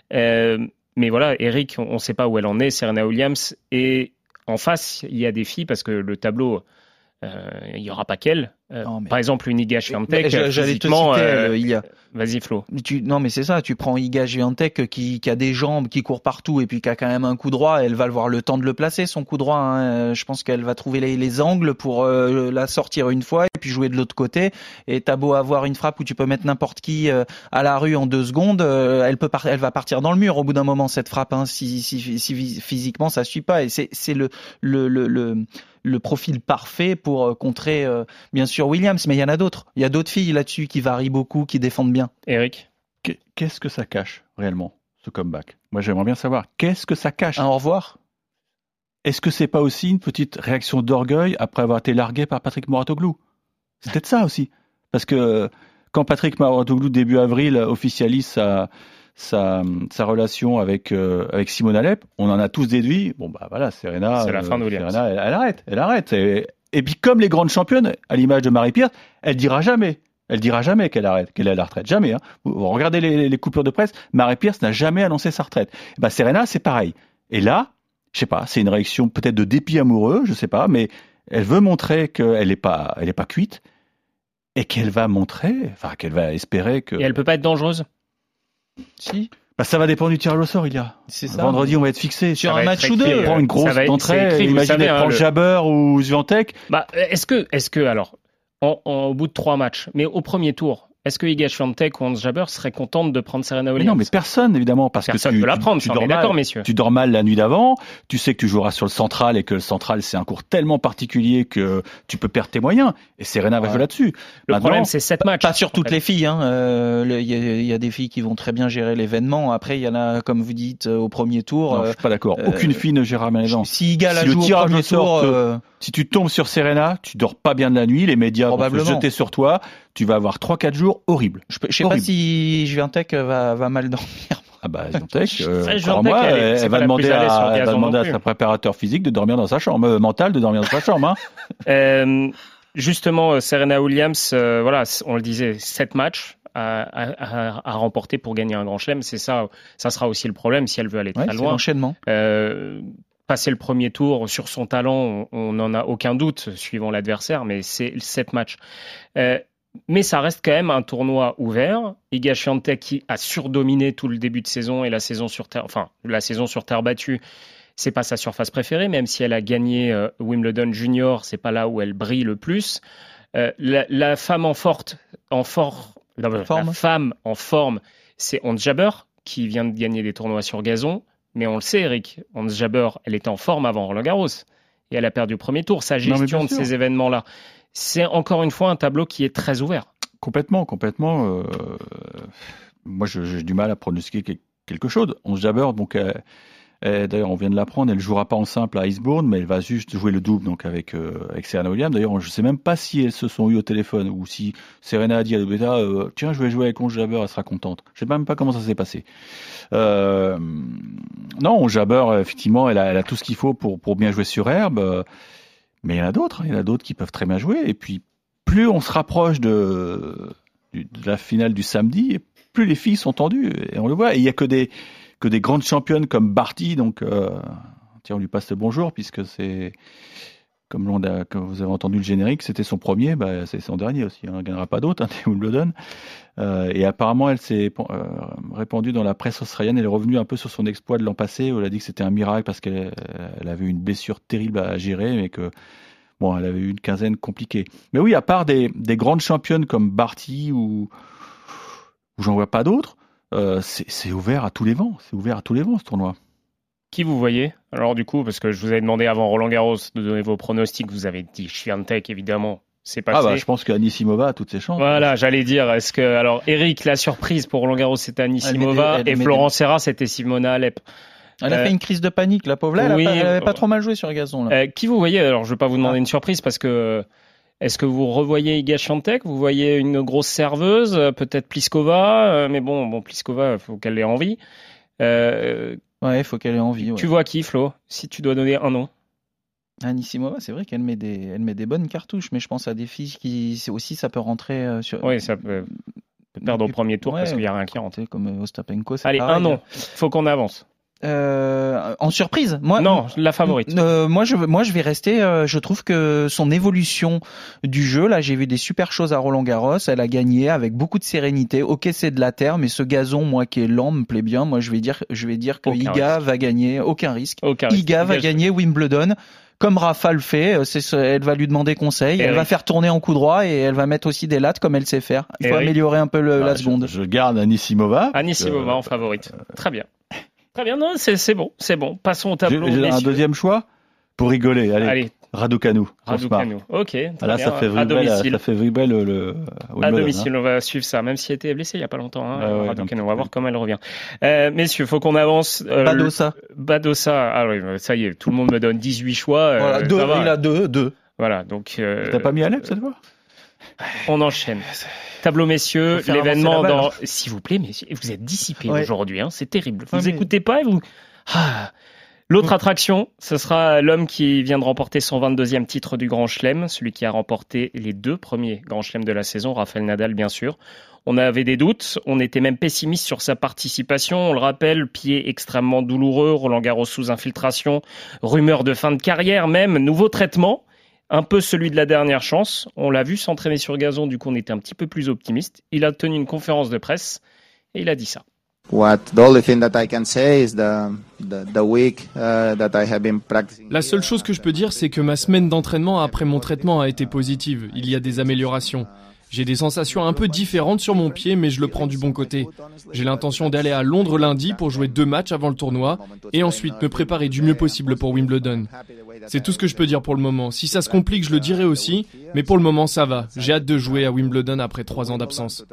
[SPEAKER 5] Mais voilà, Eric, on ne sait pas où elle en est, Serena Williams. Et en face, il y a des filles parce que le tableau, il n'y aura pas qu'elle. Par exemple, une Iga Swiatek,
[SPEAKER 7] j'allais te citer, il y a...
[SPEAKER 5] Vas-y Flo.
[SPEAKER 7] Non mais c'est ça, tu prends Iga Swiatek qui a des jambes, qui court partout et puis qui a quand même un coup droit, elle va avoir le temps de le placer son coup droit. Hein. Je pense qu'elle va trouver les angles pour la sortir une fois et puis jouer de l'autre côté. Et t'as beau avoir une frappe où tu peux mettre n'importe qui à la rue en 2 secondes, elle va partir dans le mur au bout d'un moment cette frappe. Hein, si physiquement ça suit pas. Et c'est le profil parfait pour contrer bien sûr Williams, mais il y en a d'autres. Il y a d'autres filles là-dessus qui varient beaucoup, qui défendent bien.
[SPEAKER 5] Eric,
[SPEAKER 6] qu'est-ce que ça cache réellement, ce comeback? Moi, j'aimerais bien savoir, qu'est-ce que ça cache?
[SPEAKER 7] Un au revoir?
[SPEAKER 6] Est-ce que c'est pas aussi une petite réaction d'orgueil après avoir été largué par Patrick Mouratoglou? C'est peut-être ça aussi. Parce que quand Patrick Mouratoglou, début avril, officialise sa relation avec Simone Alep, on en a tous déduit, Serena,
[SPEAKER 5] c'est la fin de Williams.
[SPEAKER 6] Serena, elle arrête. Et puis comme les grandes championnes, à l'image de Mary Pierce, elle dira jamais qu'elle arrête, qu'elle est à la retraite, jamais. Hein. Vous regardez les coupures de presse, Mary Pierce n'a jamais annoncé sa retraite. Serena, c'est pareil. Et là, je sais pas, c'est une réaction peut-être de dépit amoureux, je sais pas, mais elle veut montrer qu'elle est pas cuite et qu'elle va espérer que.
[SPEAKER 5] Et elle peut pas être dangereuse.
[SPEAKER 7] Si.
[SPEAKER 6] Ça va dépendre du tirage au sort, il y a.
[SPEAKER 7] C'est ça.
[SPEAKER 6] Vendredi, on va être fixé
[SPEAKER 7] sur un match ou deux.
[SPEAKER 6] Il prend une grosse entrée. Imaginez prendre Jabber ou Swiatek.
[SPEAKER 5] Est-ce que alors, au bout de 3 matchs, mais au premier tour, est-ce que Iga Swiatek ou Ons Jabber seraient contentes de prendre Serena Williams ?
[SPEAKER 6] Mais non, mais personne, évidemment, parce
[SPEAKER 5] personne
[SPEAKER 6] que
[SPEAKER 5] ne peut la prendre, tu dors d'accord, messieurs.
[SPEAKER 6] Tu dors mal la nuit d'avant, tu sais que tu joueras sur le central et que le central, c'est un cours tellement particulier que tu peux perdre tes moyens. Et Serena va jouer là-dessus.
[SPEAKER 5] Le problème, c'est 7 matchs.
[SPEAKER 7] Pas sur toutes les filles. Il y a des filles qui vont très bien gérer l'événement. Après, il y en a, comme vous dites, au premier tour.
[SPEAKER 6] Non, je suis pas d'accord. Aucune fille ne gérera maintenant.
[SPEAKER 7] Si Iga la joue au premier tour...
[SPEAKER 6] Si tu tombes sur Serena, tu dors pas bien de la nuit, les médias vont se jeter sur toi, tu vas avoir 3-4 jours horribles.
[SPEAKER 7] Je sais pas si Swiatek va mal dormir.
[SPEAKER 6] Swiatek, crois-moi, elle va demander à sa préparateur physique de dormir dans sa chambre, mental de dormir dans sa chambre.
[SPEAKER 5] Justement, Serena Williams, on le disait, 7 matchs à remporter pour gagner un grand chelem, c'est ça sera aussi le problème si elle veut aller très loin.
[SPEAKER 7] C'est l'enchaînement.
[SPEAKER 5] Passer le premier tour sur son talent, on n'en a aucun doute suivant l'adversaire, mais c'est 7 matchs. Mais ça reste quand même un tournoi ouvert. Iga Swiatek qui a surdominé tout le début de saison et la saison sur terre battue, c'est pas sa surface préférée, même si elle a gagné Wimbledon Junior, c'est pas là où elle brille le plus. La femme en forme, c'est Ons Jabber qui vient de gagner des tournois sur gazon. Mais on le sait, Eric, Ons Jabber, elle était en forme avant Roland-Garros et elle a perdu le premier tour. Sa gestion de ces événements-là, c'est encore une fois un tableau qui est très ouvert.
[SPEAKER 6] Complètement. Moi, j'ai du mal à pronostiquer quelque chose. Ons Jabber, donc, d'ailleurs, on vient de l'apprendre, elle ne jouera pas en simple à Eastbourne, mais elle va juste jouer le double donc avec Serena Williams. D'ailleurs, je ne sais même pas si elles se sont eues au téléphone ou si Serena a dit à Lubeta tiens, je vais jouer avec Ons Jabber, elle sera contente. Je ne sais même pas comment ça s'est passé. Non, Ons Jabber, effectivement, elle a tout ce qu'il faut pour bien jouer sur herbe, mais il y en a d'autres qui peuvent très bien jouer. Et puis, plus on se rapproche de la finale du samedi, et plus les filles sont tendues. Et on le voit. Et il n'y a que des grandes championnes comme Barty, donc on lui passe le bonjour, puisque c'est, comme vous avez entendu le générique, c'était son premier, c'est son dernier aussi, elle ne gagnera pas d'autres, des Wimbledon. Et apparemment, elle s'est répandue dans la presse australienne, elle est revenue un peu sur son exploit de l'an passé, où elle a dit que c'était un miracle parce qu'elle avait une blessure terrible à gérer, mais que elle avait eu une quinzaine compliquée. Mais oui, à part des grandes championnes comme Barty, où j'en vois pas d'autres, c'est ouvert à tous les vents. C'est ouvert à tous les vents, ce tournoi.
[SPEAKER 5] Qui vous voyez ? Alors du coup, parce que je vous avais demandé avant Roland-Garros de donner vos pronostics, vous avez dit Swiatek, évidemment. C'est passé.
[SPEAKER 6] Je pense qu'Anisimova a toutes ses chances.
[SPEAKER 5] Voilà, j'allais dire. Alors, Eric, la surprise pour Roland-Garros, c'était Anisimova, et Florence Serra, c'était Simona Alep.
[SPEAKER 7] Elle a fait une crise de panique, la pauvre. Elle avait pas trop mal joué sur le gazon. Là.
[SPEAKER 5] Qui vous voyez ? Alors, je vais pas vous demander une surprise parce que. Est-ce que vous revoyez Iga Swiatek ? Vous voyez une grosse serveuse, peut-être Pliskova, mais bon, Pliskova, il faut qu'elle ait envie.
[SPEAKER 7] Il faut qu'elle ait envie. Ouais.
[SPEAKER 5] Tu vois qui, Flo ? Si tu dois donner un nom.
[SPEAKER 7] Anisimova, c'est vrai qu'elle met des bonnes cartouches, mais je pense à des filles qui aussi ça peut rentrer sur.
[SPEAKER 5] Oui, ça peut perdre au premier tour parce qu'il n'y a rien qui rentre.
[SPEAKER 7] Comme Ostapenko.
[SPEAKER 5] Allez, pareil. Un nom. Faut qu'on avance.
[SPEAKER 7] En surprise,
[SPEAKER 5] non, la favorite.
[SPEAKER 7] Moi, je vais rester. Je trouve que son évolution du jeu, là, j'ai vu des super choses à Roland-Garros. Elle a gagné avec beaucoup de sérénité. Ok, c'est de la terre, mais ce gazon, moi, qui est lent, me plaît bien. Moi, je vais dire que Iga va gagner. Aucun risque. Iga va gagner Wimbledon. Comme Rafa le fait, elle va lui demander conseil, elle va faire tourner en coup droit et elle va mettre aussi des lattes comme elle sait faire. Il faut améliorer un peu la seconde.
[SPEAKER 6] Je garde Anisimova.
[SPEAKER 5] Anisimova en favorite. Très bien. Très bien, non, c'est bon. Passons au tableau.
[SPEAKER 6] J'ai un deuxième choix pour rigoler. Allez. Raducanu.
[SPEAKER 5] Ok.
[SPEAKER 6] Là, ça fait vibrer le
[SPEAKER 5] à domicile, on va suivre ça, même si elle était blessée il n'y a pas longtemps. Raducanu, on va voir comment elle revient. Messieurs, faut qu'on avance. Badosa. Ah oui, ça y est, tout le monde me donne 18 choix.
[SPEAKER 7] Voilà, il a deux.
[SPEAKER 5] Voilà, donc.
[SPEAKER 6] T'as pas mis Alep cette fois ?
[SPEAKER 5] On enchaîne. Tableau, messieurs, l'événement S'il vous plaît, messieurs, vous êtes dissipés aujourd'hui, c'est terrible. Vous écoutez pas et vous. L'autre attraction, ce sera l'homme qui vient de remporter son 22e titre du Grand Chelem, celui qui a remporté les 2 premiers Grands Chelems de la saison, Rafael Nadal, bien sûr. On avait des doutes, on était même pessimiste sur sa participation. On le rappelle, pied extrêmement douloureux, Roland-Garros sous infiltration, rumeur de fin de carrière même, nouveau traitement. Un peu celui de la dernière chance. On l'a vu s'entraîner sur gazon, du coup on était un petit peu plus optimiste. Il a tenu une conférence de presse et il a dit ça.
[SPEAKER 11] La seule chose que je peux dire, c'est que ma semaine d'entraînement après mon traitement a été positive. Il y a des améliorations. J'ai des sensations un peu différentes sur mon pied, mais je le prends du bon côté. J'ai l'intention d'aller à Londres lundi pour jouer 2 matchs avant le tournoi et ensuite me préparer du mieux possible pour Wimbledon. C'est tout ce que je peux dire pour le moment. Si ça se complique, je le dirai aussi, mais pour le moment, ça va. J'ai hâte de jouer à Wimbledon après 3 ans d'absence.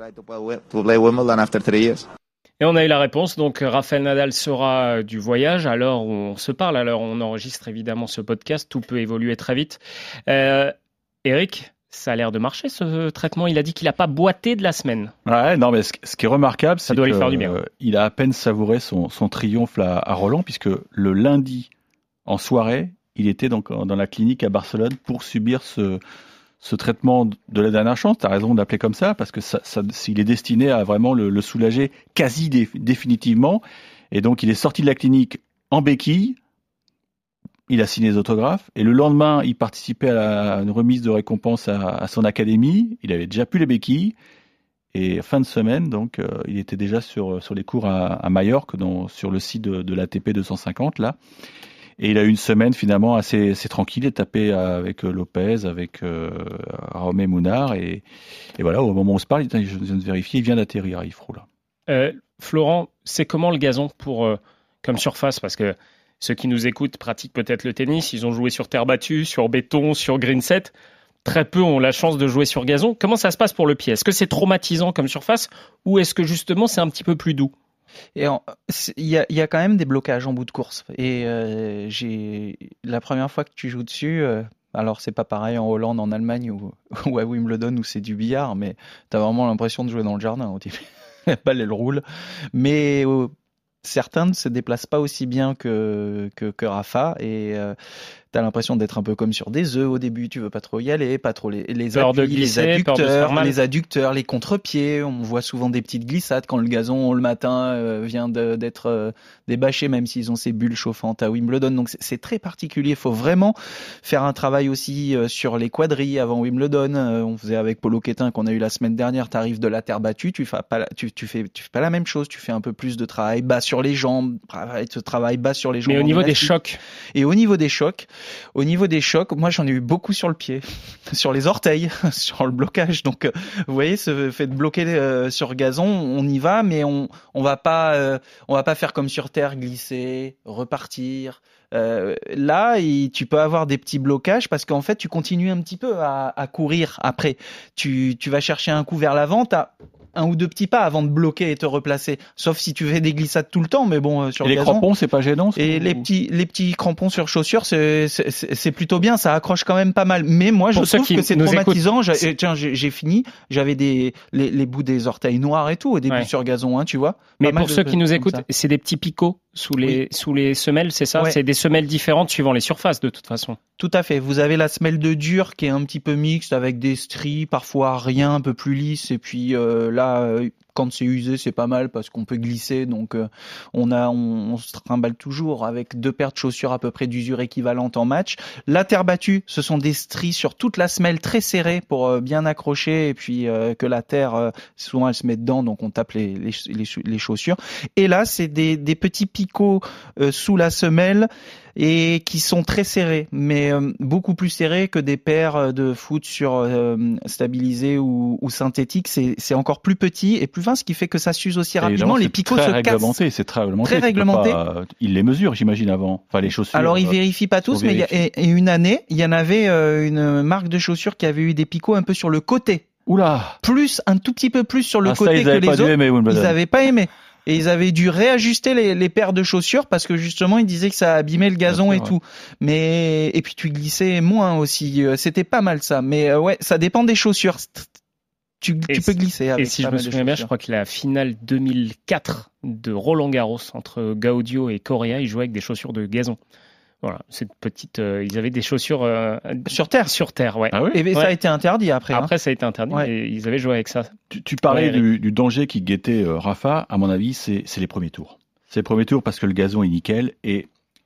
[SPEAKER 5] Et on a eu la réponse, donc Rafael Nadal sera du voyage à l'heure où on se parle, à l'heure où on enregistre évidemment ce podcast, tout peut évoluer très vite. Eric, ça a l'air de marcher ce traitement, il a dit qu'il n'a pas boité de la semaine.
[SPEAKER 6] Ouais, non mais ce qui est remarquable, c'est
[SPEAKER 5] qu'il
[SPEAKER 6] a à peine savouré son triomphe à Roland, puisque le lundi en soirée, il était donc dans la clinique à Barcelone pour subir ce traitement de la dernière chance. Tu as raison d'appeler comme ça, parce que il est destiné à vraiment le soulager quasi définitivement. Et donc, il est sorti de la clinique en béquille, il a signé des autographes, et le lendemain, il participait à une remise de récompense à son académie. Il avait déjà plus les béquilles. Et fin de semaine, donc, il était déjà sur les cours à Majorque, sur le site de l'ATP 250, là. Et il a eu une semaine finalement assez tranquille, il est tapé avec Lopez, avec Raume Mounard. Et voilà, au moment où on se parle, je viens de vérifier, il vient d'atterrir à Ifrou, là.
[SPEAKER 5] Florent, c'est comment le gazon comme surface? Parce que ceux qui nous écoutent pratiquent peut-être le tennis, ils ont joué sur terre battue, sur béton, sur green set. Très peu ont la chance de jouer sur gazon. Comment ça se passe pour le pied? Est-ce que c'est traumatisant comme surface ou est-ce que justement c'est un petit peu plus doux?
[SPEAKER 7] Et il y a quand même des blocages en bout de course. Et la première fois que tu joues dessus, alors c'est pas pareil en Hollande, en Allemagne ou à Wimbledon où c'est du billard, mais t'as vraiment l'impression de jouer dans le jardin au début. La balle elle roule, mais certains ne se déplacent pas aussi bien que Rafa et t'as l'impression d'être un peu comme sur des œufs au début, tu veux pas trop y aller, pas trop les appuis, les adducteurs, les contre-pieds, on voit souvent des petites glissades quand le gazon le matin vient d'être débâché, même s'ils ont ces bulles chauffantes à Wimbledon, donc c'est très particulier, il faut vraiment faire un travail aussi sur les quadrilles avant Wimbledon, on faisait avec Polo Quétin qu'on a eu la semaine dernière, t'arrives de la terre battue, tu fais pas la même chose, tu fais un peu plus de travail bas sur les jambes, travail bas sur les jambes.
[SPEAKER 5] Mais au niveau des chocs.
[SPEAKER 7] Et au niveau des chocs, moi j'en ai eu beaucoup sur le pied, sur les orteils, sur le blocage. Donc vous voyez, ce fait de bloquer sur gazon, on y va, mais on va pas faire comme sur terre, glisser, repartir. Là, tu peux avoir des petits blocages parce qu'en fait tu continues un petit peu à courir après. Tu vas chercher un coup vers l'avant, t'as un ou deux petits pas avant de bloquer et te replacer. Sauf si tu fais des glissades tout le temps, mais bon, sur
[SPEAKER 6] les
[SPEAKER 7] gazon.
[SPEAKER 6] Crampons, c'est pas gênant?
[SPEAKER 7] Et les petits crampons sur chaussures, c'est plutôt bien, ça accroche quand même pas mal. Mais moi, je trouve que c'est traumatisant. J'ai fini, j'avais les bouts des orteils noirs et tout au début sur gazon, hein, tu vois.
[SPEAKER 5] Mais pour ceux qui nous écoutent, c'est des petits picots sous les semelles, c'est ça? Ouais. C'est des semelles différentes suivant les surfaces de toute façon.
[SPEAKER 7] Tout à fait. Vous avez la semelle de dur qui est un petit peu mixte avec des stries, parfois rien, un peu plus lisse. Et puis là, quand c'est usé, c'est pas mal parce qu'on peut glisser. Donc on se trimballe toujours avec 2 paires de chaussures à peu près d'usure équivalente en match. La terre battue, ce sont des stries sur toute la semelle très serrées pour bien accrocher et puis que la terre, souvent elle se met dedans, donc on tape les chaussures. Et là, c'est des petits picots sous la semelle et qui sont très serrés, mais beaucoup plus serrés que des paires de foot sur stabilisés ou synthétiques. C'est encore plus petit et plus fin, ce qui fait que ça s'use aussi rapidement. Les picots se cassent.
[SPEAKER 6] C'est très réglementé. Ils les mesurent, j'imagine, avant. Enfin, les chaussures.
[SPEAKER 7] Alors, ils vérifient pas tous, mais une année, il y en avait une marque de chaussures qui avait eu des picots un peu sur le côté.
[SPEAKER 6] Oula!
[SPEAKER 7] Un tout petit peu plus sur le côté que les autres. Ils avaient pas aimé. Et ils avaient dû réajuster les paires de chaussures parce que justement ils disaient que ça abîmait le gazon et tout. Mais et puis tu glissais moins aussi. C'était pas mal ça. Mais ouais, ça dépend des chaussures. Tu peux glisser avec.
[SPEAKER 5] Et si je me souviens bien, je crois que la finale 2004 de Roland Garros entre Gaudio et Correa, ils jouaient avec des chaussures de gazon. Voilà, cette petite, ils avaient des chaussures
[SPEAKER 7] sur terre.
[SPEAKER 5] Sur terre, ouais.
[SPEAKER 7] Ah oui. Et ça a été interdit après.
[SPEAKER 5] Après, ça a été interdit.
[SPEAKER 7] Ouais.
[SPEAKER 5] Et ils avaient joué avec ça.
[SPEAKER 6] Tu parlais du danger qui guettait Rafa. À mon avis, c'est les premiers tours. C'est les premiers tours parce que le gazon est nickel et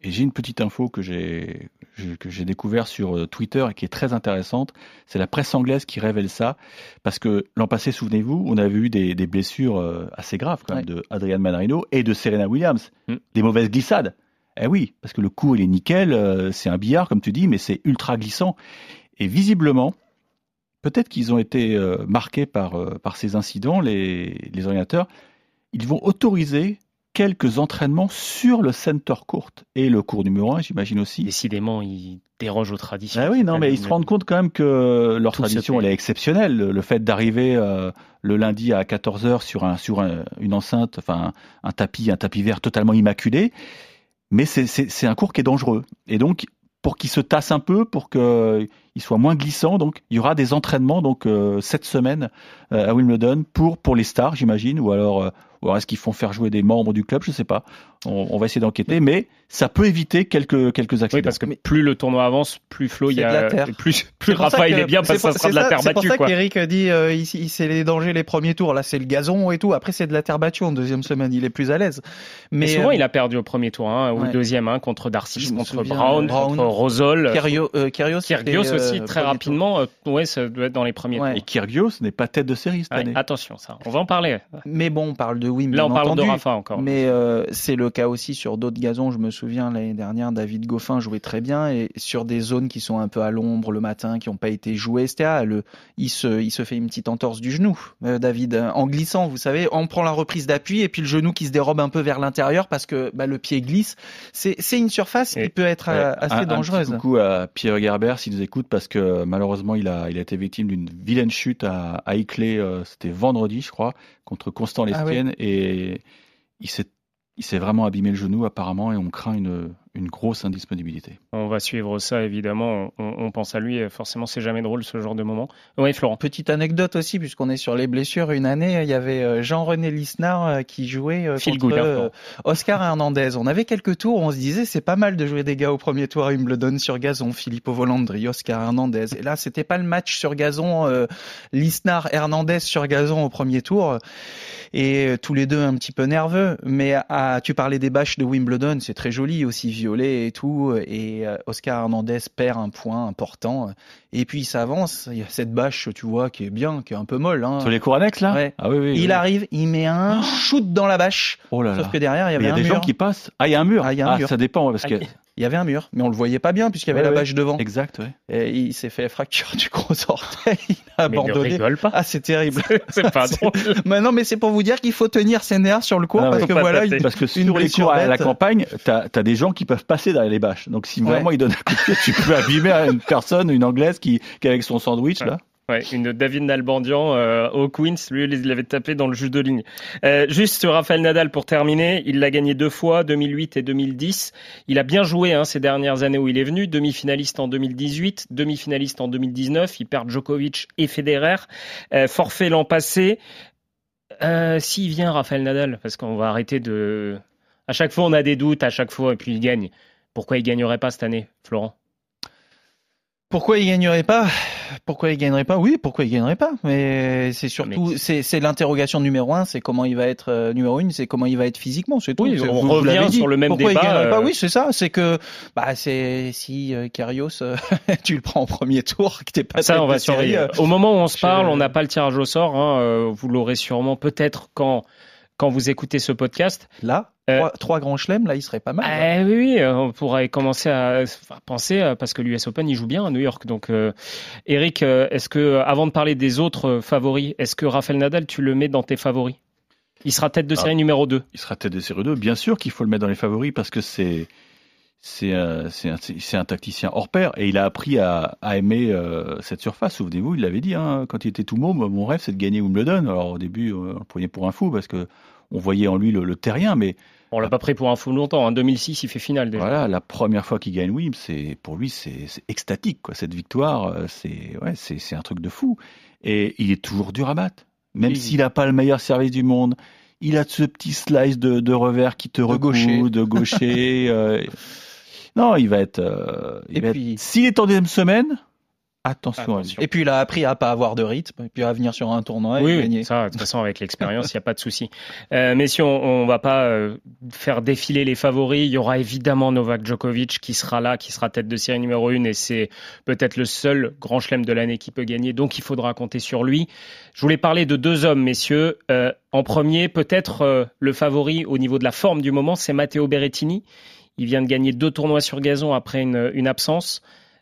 [SPEAKER 6] Et j'ai une petite info que j'ai découvert sur Twitter et qui est très intéressante. C'est la presse anglaise qui révèle ça. Parce que l'an passé, souvenez-vous, on avait eu des blessures assez graves quand même de Adrian Manarino et de Serena Williams. Des mauvaises glissades. Eh oui, parce que le coup, il est nickel. C'est un billard, comme tu dis, mais c'est ultra glissant. Et visiblement, peut-être qu'ils ont été marqués par ces incidents, les ordinateurs. Ils vont autoriser quelques entraînements sur le center court et le court numéro 1, j'imagine aussi.
[SPEAKER 5] Décidément, ils dérogent aux traditions.
[SPEAKER 6] Ah oui, non, mais ils se rendent compte quand même que leur tradition, elle est exceptionnelle. Le fait d'arriver le lundi à 14h sur une enceinte, enfin un tapis vert totalement immaculé, mais c'est un court qui est dangereux. Et donc, pour qu'il se tasse un peu, pour qu'il soit moins glissant, donc il y aura des entraînements donc cette semaine à Wimbledon pour les stars, j'imagine, ou alors est-ce qu'ils font faire jouer des membres du club, je sais pas. On va essayer d'enquêter, mais ça peut éviter quelques accidents.
[SPEAKER 5] Oui, parce que plus le tournoi avance, plus Flo, il y a plus Rafa il est bien parce que ça sera de la terre battue.
[SPEAKER 7] C'est pour ça qu'Eric dit c'est les dangers les premiers tours. Là, c'est le gazon et tout. Après, c'est de la terre battue en deuxième semaine. Il est plus à l'aise. Mais
[SPEAKER 5] souvent, il a perdu au premier tour ou au deuxième contre Darcis, contre Brown, contre Rosol. Kyrgios aussi très rapidement. Ça doit être dans les premiers tours.
[SPEAKER 6] Et Kyrgios n'est pas tête de série cette année.
[SPEAKER 5] Attention, ça. On va en parler.
[SPEAKER 7] Mais bon, on parle de Wimbledon.
[SPEAKER 5] Là, on parle de Rafa encore.
[SPEAKER 7] Mais c'est le cas aussi sur d'autres gazons. Je me souviens l'année dernière, David Goffin jouait très bien et sur des zones qui sont un peu à l'ombre le matin, qui n'ont pas été jouées, il se fait une petite entorse du genou, David, en glissant. Vous savez, on prend la reprise d'appui et puis le genou qui se dérobe un peu vers l'intérieur parce que le pied glisse. C'est une surface qui peut être assez dangereuse.
[SPEAKER 6] Un petit coucou à Pierre Gerber s'il nous écoute parce que malheureusement il a été victime d'une vilaine chute à Ilkley. C'était vendredi, je crois, contre Constant Lestienne et il s'est vraiment abîmé le genou apparemment et on craint une grosse indisponibilité.
[SPEAKER 5] On va suivre ça évidemment, on pense à lui, forcément c'est jamais drôle ce genre de moment. Oui, Florent.
[SPEAKER 7] Petite anecdote aussi puisqu'on est sur les blessures, une année il y avait Jean-René Lisnard qui jouait contre Oscar Hernandez. On avait quelques tours, on se disait c'est pas mal de jouer des gars au premier tour à Wimbledon sur gazon, Filippo Volandri, Oscar Hernandez. Et là c'était pas le match sur gazon, Lisnard-Hernandez sur gazon au premier tour. Et tous les deux un petit peu nerveux, mais tu parlais des bâches de Wimbledon, c'est très joli aussi, violet et tout, et Oscar Hernandez perd un point important, et puis il s'avance, il y a cette bâche, tu vois, qui est bien, qui est un peu molle. Sur
[SPEAKER 6] les cours annexes, là ?
[SPEAKER 7] Ouais. Il arrive, il met un shoot dans la bâche, sauf que derrière, il y avait un mur.
[SPEAKER 6] Il y a des gens qui passent. Il y a un mur. Ça dépend, parce que...
[SPEAKER 7] Il y avait un mur, mais on le voyait pas bien puisqu'il y avait la bâche devant.
[SPEAKER 6] Exact, ouais.
[SPEAKER 7] Et il s'est fait fracture du gros orteil, il a abandonné.
[SPEAKER 5] Mais ne rigole pas.
[SPEAKER 7] C'est terrible.
[SPEAKER 5] C'est pas drôle.
[SPEAKER 7] Mais c'est pour vous dire qu'il faut tenir ses nerfs sur le cours parce que
[SPEAKER 6] parce que sur les cours à la campagne, t'as des gens qui peuvent passer derrière les bâches. Donc si vraiment il donne un coup de pied, tu peux abîmer une personne, une anglaise qui est avec son sandwich là.
[SPEAKER 5] Ouais, une David Nalbandian au Queens, lui il l'avait tapé dans le jus de ligne. Juste Rafael Nadal pour terminer, il l'a gagné 2 fois, 2008 et 2010. Il a bien joué ces dernières années où il est venu, demi-finaliste en 2018, demi-finaliste en 2019, il perd Djokovic et Federer, forfait l'an passé. S'il vient Rafael Nadal, parce qu'on va arrêter de... À chaque fois on a des doutes, à chaque fois, et puis il gagne. Pourquoi il gagnerait pas cette année, Florent ?
[SPEAKER 7] Pourquoi il gagnerait pas ? Oui, pourquoi il gagnerait pas ? Mais c'est surtout, c'est l'interrogation numéro 1, c'est comment il va être numéro 1, c'est comment il va être physiquement, c'est tout.
[SPEAKER 5] Oui, on revient sur le même
[SPEAKER 7] pourquoi
[SPEAKER 5] débat.
[SPEAKER 7] Il gagnerait pas ? Oui, c'est ça, c'est que, si Kyrgios, tu le prends au premier tour, que t'es pas
[SPEAKER 5] ça, on va surveiller. Au moment où on se parle, on n'a pas le tirage au sort, vous l'aurez sûrement peut-être quand vous écoutez ce podcast.
[SPEAKER 7] Là, 3 grands chelems, là, il serait pas mal.
[SPEAKER 5] Oui, on pourrait commencer à penser, parce que l'US Open, il joue bien à New York. Donc, Eric, est-ce que, avant de parler des autres favoris, est-ce que Rafael Nadal, tu le mets dans tes favoris ? Il sera tête de série numéro 2.
[SPEAKER 6] Il sera tête de série 2. Bien sûr qu'il faut le mettre dans les favoris parce que c'est un tacticien hors pair et il a appris à aimer cette surface. Souvenez-vous, il l'avait dit quand il était tout môme, mon rêve c'est de gagner Wimbledon. Alors au début, on le prenait pour un fou parce que on voyait en lui le terrien, mais
[SPEAKER 5] on l'a pas pris pour un fou longtemps. En 2006, il fait finale déjà.
[SPEAKER 6] Voilà, la première fois qu'il gagne Wim, pour lui c'est extatique quoi. Cette victoire, c'est un truc de fou. Et il est toujours dur à battre, même s'il a pas le meilleur service du monde. Il a ce petit slice de revers qui te recoue, de gaucher. Non, il va être. S'il est en deuxième semaine, Attention.
[SPEAKER 7] Et puis il a appris à pas avoir de rythme, et puis à venir sur un tournoi et gagner.
[SPEAKER 5] Oui, ça, de toute façon, avec l'expérience, il n'y a pas de souci. Messieurs, on va pas faire défiler les favoris. Il y aura évidemment Novak Djokovic qui sera là, qui sera tête de série numéro 1, et c'est peut-être le seul grand chelem de l'année qui peut gagner, donc il faudra compter sur lui. Je voulais parler de 2 hommes, messieurs. En premier, peut-être le favori au niveau de la forme du moment, c'est Matteo Berrettini. Il vient de gagner 2 tournois sur gazon après une absence.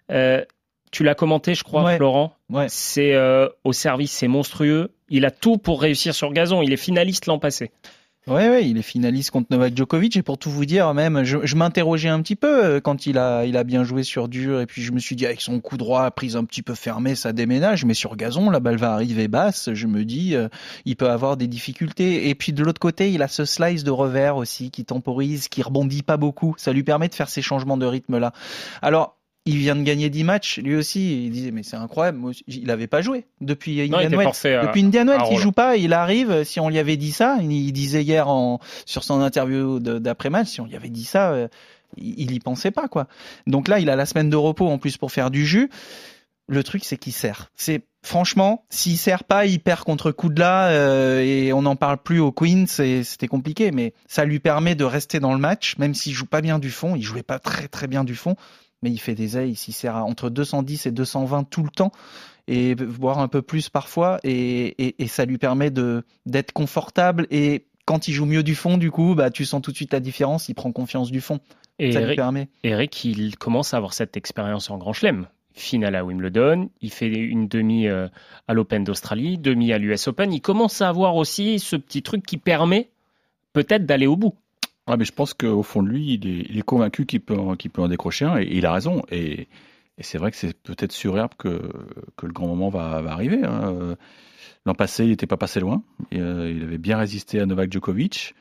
[SPEAKER 5] Tu l'as commenté, je crois, Florent.
[SPEAKER 7] Ouais.
[SPEAKER 5] C'est au service, c'est monstrueux. Il a tout pour réussir sur gazon. Il est finaliste l'an passé.
[SPEAKER 7] Ouais, il est finaliste contre Novak Djokovic. Et pour tout vous dire, même, je m'interrogeais un petit peu quand il a bien joué sur dur. Et puis je me suis dit, avec son coup droit, prise un petit peu fermée, ça déménage. Mais sur gazon, la balle va arriver basse. Je me dis, il peut avoir des difficultés. Et puis de l'autre côté, il a ce slice de revers aussi qui temporise, qui rebondit pas beaucoup. Ça lui permet de faire ces changements de rythme là. Alors, il vient de gagner 10 matchs, lui aussi. Il disait, mais c'est incroyable. Il n'avait pas joué depuis Indian Wells. Depuis Indian Wells, il joue pas. Il arrive. Si on lui avait dit ça, il disait hier sur son interview d'après-match, si on lui avait dit ça, il y pensait pas, quoi. Donc là, il a la semaine de repos en plus pour faire du jus. Le truc, c'est qu'il sert. Franchement, s'il sert pas, il perd contre Kudla et on n'en parle plus au Queen. C'était compliqué, mais ça lui permet de rester dans le match, même s'il joue pas bien du fond. Il jouait pas très très bien du fond. Mais il fait des aces, il sert entre 210 et 220 tout le temps, et voire un peu plus parfois, et ça lui permet d'être confortable, et quand il joue mieux du fond, du coup, tu sens tout de suite la différence, il prend confiance du fond.
[SPEAKER 5] Et
[SPEAKER 7] ça lui permet.
[SPEAKER 5] Eric, il commence à avoir cette expérience en Grand Chelem. Finale à Wimbledon, il fait une demi à l'Open d'Australie, demi à l'US Open, il commence à avoir aussi ce petit truc qui permet peut-être d'aller au bout.
[SPEAKER 6] Ah, mais je pense qu'au fond de lui, il est convaincu qu'il peut en décrocher un, et il a raison. Et c'est vrai que c'est peut-être sur herbe que le grand moment va arriver. Hein. L'an passé, il n'était pas passé loin. Il avait bien résisté à Novak Djokovic.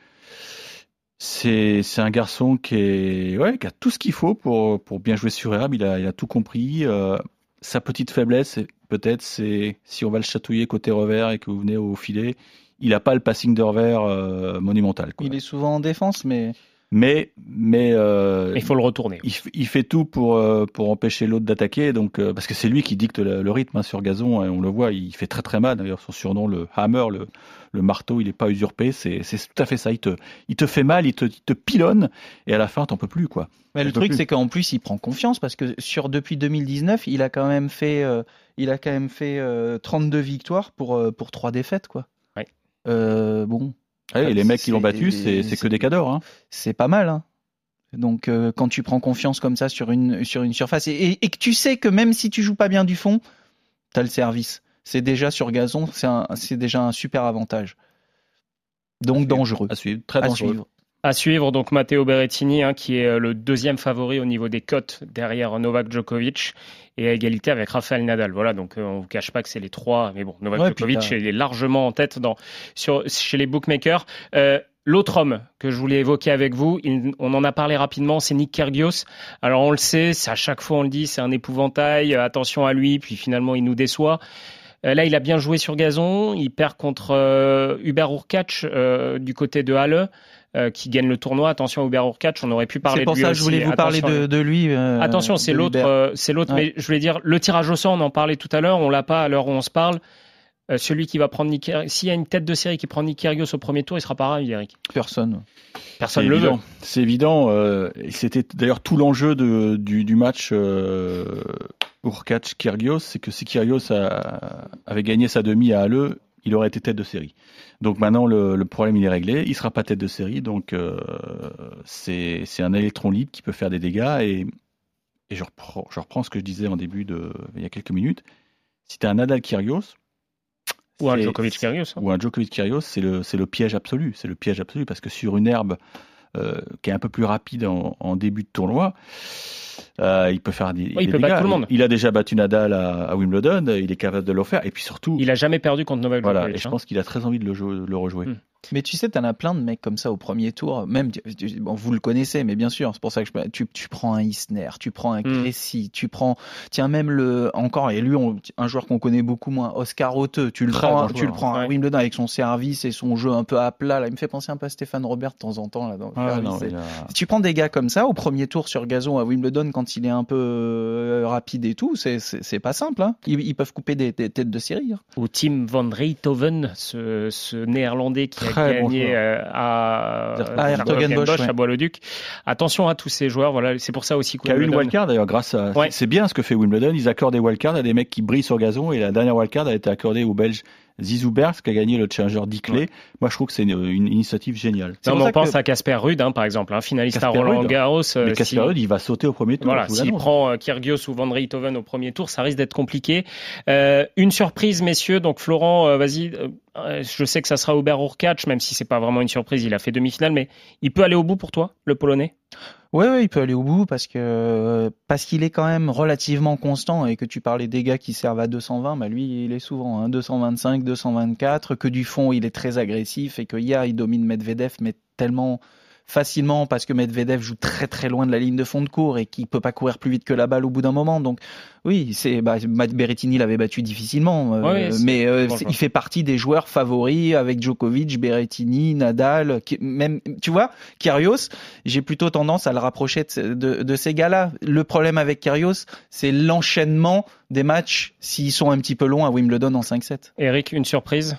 [SPEAKER 6] C'est un garçon qui a tout ce qu'il faut pour bien jouer sur herbe. Il a tout compris. Sa petite faiblesse, peut-être, c'est si on va le chatouiller côté revers et que vous venez au filet. Il n'a pas le passing de revers monumental, quoi.
[SPEAKER 7] Il est souvent en défense, mais
[SPEAKER 6] il
[SPEAKER 5] faut le retourner.
[SPEAKER 6] Il fait tout pour empêcher l'autre d'attaquer, donc parce que c'est lui qui dicte le rythme sur gazon, et on le voit, il fait très très mal. D'ailleurs, son surnom, le hammer, le marteau, il n'est pas usurpé. C'est tout à fait ça. Il te fait mal, il te pilonne, et à la fin, t'en peux plus, quoi.
[SPEAKER 7] Mais le truc, c'est qu'en plus, il prend confiance, parce que depuis 2019, il a quand même fait 32 victoires pour 3 défaites, quoi. Bon.
[SPEAKER 6] Et les mecs qui l'ont battu, c'est que des cadors. Hein.
[SPEAKER 7] C'est pas mal. Hein. Donc quand tu prends confiance comme ça sur une surface et que tu sais que même si tu joues pas bien du fond, t'as le service. C'est déjà sur gazon, c'est déjà un super avantage. Donc dangereux.
[SPEAKER 6] À suivre, très dangereux.
[SPEAKER 5] À suivre, donc Matteo Berrettini, qui est le deuxième favori au niveau des cotes derrière Novak Djokovic et à égalité avec Rafael Nadal. Voilà, donc on ne vous cache pas que c'est les 3, mais bon, Novak Djokovic est largement en tête chez les bookmakers. L'autre homme que je voulais évoquer avec vous, on en a parlé rapidement, c'est Nick Kyrgios. Alors on le sait, à chaque fois on le dit, c'est un épouvantail, attention à lui, puis finalement il nous déçoit. Là, il a bien joué sur gazon, il perd contre Hubert Hurkacz du côté de Halle. Qui gagne le tournoi. Attention à Hubert Hurkacz, on aurait pu parler de lui aussi.
[SPEAKER 7] C'est pour ça que je voulais vous parler de lui.
[SPEAKER 5] Attention, c'est l'autre.
[SPEAKER 7] Ouais.
[SPEAKER 5] Mais je voulais dire, le tirage au sort, on en parlait tout à l'heure, on l'a pas à l'heure où on se parle. Celui qui va prendre Nick Kyrgios, s'il y a une tête de série qui prend Nick Kyrgios au premier tour, il sera pas ravi, Eric.
[SPEAKER 7] Personne
[SPEAKER 5] le veut.
[SPEAKER 6] C'est évident. C'était d'ailleurs tout l'enjeu du match Hurkacz-Kyrgios, c'est que si Kyrgios avait gagné sa demi à Halle, il aurait été tête de série. Donc maintenant, le problème, il est réglé. Il ne sera pas tête de série. Donc, c'est un électron libre qui peut faire des dégâts. Et je reprends ce que je disais en début il y a quelques minutes. Si tu as un Nadal-Kyrgios...
[SPEAKER 5] Ou un Djokovic-Kyrgios.
[SPEAKER 6] Ou un Djokovic-Kyrgios, c'est le piège absolu. C'est le piège absolu parce que sur une herbe qui est un peu plus rapide en début de tournoi, il peut faire des
[SPEAKER 5] il peut battre tout le monde.
[SPEAKER 6] Il a déjà battu Nadal à Wimbledon, il est capable de le faire, et puis surtout...
[SPEAKER 5] Il n'a jamais perdu contre Novak Djokovic.
[SPEAKER 6] Voilà, et je pense qu'il a très envie de le rejouer.
[SPEAKER 7] Mais tu sais, t'en as plein de mecs comme ça au premier tour. Même, bon, vous le connaissez, mais bien sûr, c'est pour ça que tu prends un Isner, tu prends un Cressy, tu prends, tiens, même et lui, un joueur qu'on connaît beaucoup moins, Oscar Otteux, tu le prends à Wimbledon avec son service et son jeu un peu à plat, là. Il me fait penser un peu à Stéphane Robert de temps en temps, là, dans le service. Tu prends des gars comme ça au premier tour sur gazon à Wimbledon quand il est un peu rapide et tout, c'est pas simple, hein. Ils peuvent couper des têtes de série, hein.
[SPEAKER 5] Ou Tim van Rijthoven, ce néerlandais qui a gagné à Hertogenbosch, à Bois-le-Duc. Attention à tous ces joueurs, voilà, c'est pour ça aussi
[SPEAKER 6] qu'il y a eu une wildcard d'ailleurs grâce à... Ouais. C'est bien ce que fait Wimbledon, ils accordent des wildcards à des mecs qui brillent sur gazon et la dernière wildcard a été accordée au Belge Zizou Bergs qui a gagné le Challenger d'Ickley. Ouais. Moi, je trouve que c'est une initiative géniale.
[SPEAKER 5] On pense à Casper Ruud, par exemple, finaliste à Roland-Garros.
[SPEAKER 6] Mais Casper Ruud, il va sauter au premier tour.
[SPEAKER 5] Voilà, s'il prend Kyrgios ou Van Rijthoven au premier tour, ça risque d'être compliqué. Une surprise, messieurs. Donc, Florent, vas-y. Je sais que ça sera Hubert Hurkacz, même si c'est pas vraiment une surprise. Il a fait demi-finale, mais il peut aller au bout pour toi, le Polonais?
[SPEAKER 7] Ouais, il peut aller au bout parce qu'il est quand même relativement constant et que tu parlais des gars qui servent à 220, bah lui il est souvent 225, 224, que du fond il est très agressif et que hier il domine Medvedev mais tellement facilement parce que Medvedev joue très très loin de la ligne de fond de court et qu'il peut pas courir plus vite que la balle au bout d'un moment. Donc oui, Berrettini l'avait battu difficilement, mais il fait partie des joueurs favoris avec Djokovic, Berrettini, Nadal, même tu vois, Kyrgios, j'ai plutôt tendance à le rapprocher de ces gars-là. Le problème avec Kyrgios, c'est l'enchaînement des matchs s'ils sont un petit peu longs à Wimbledon en 5-7.
[SPEAKER 5] Eric, une surprise?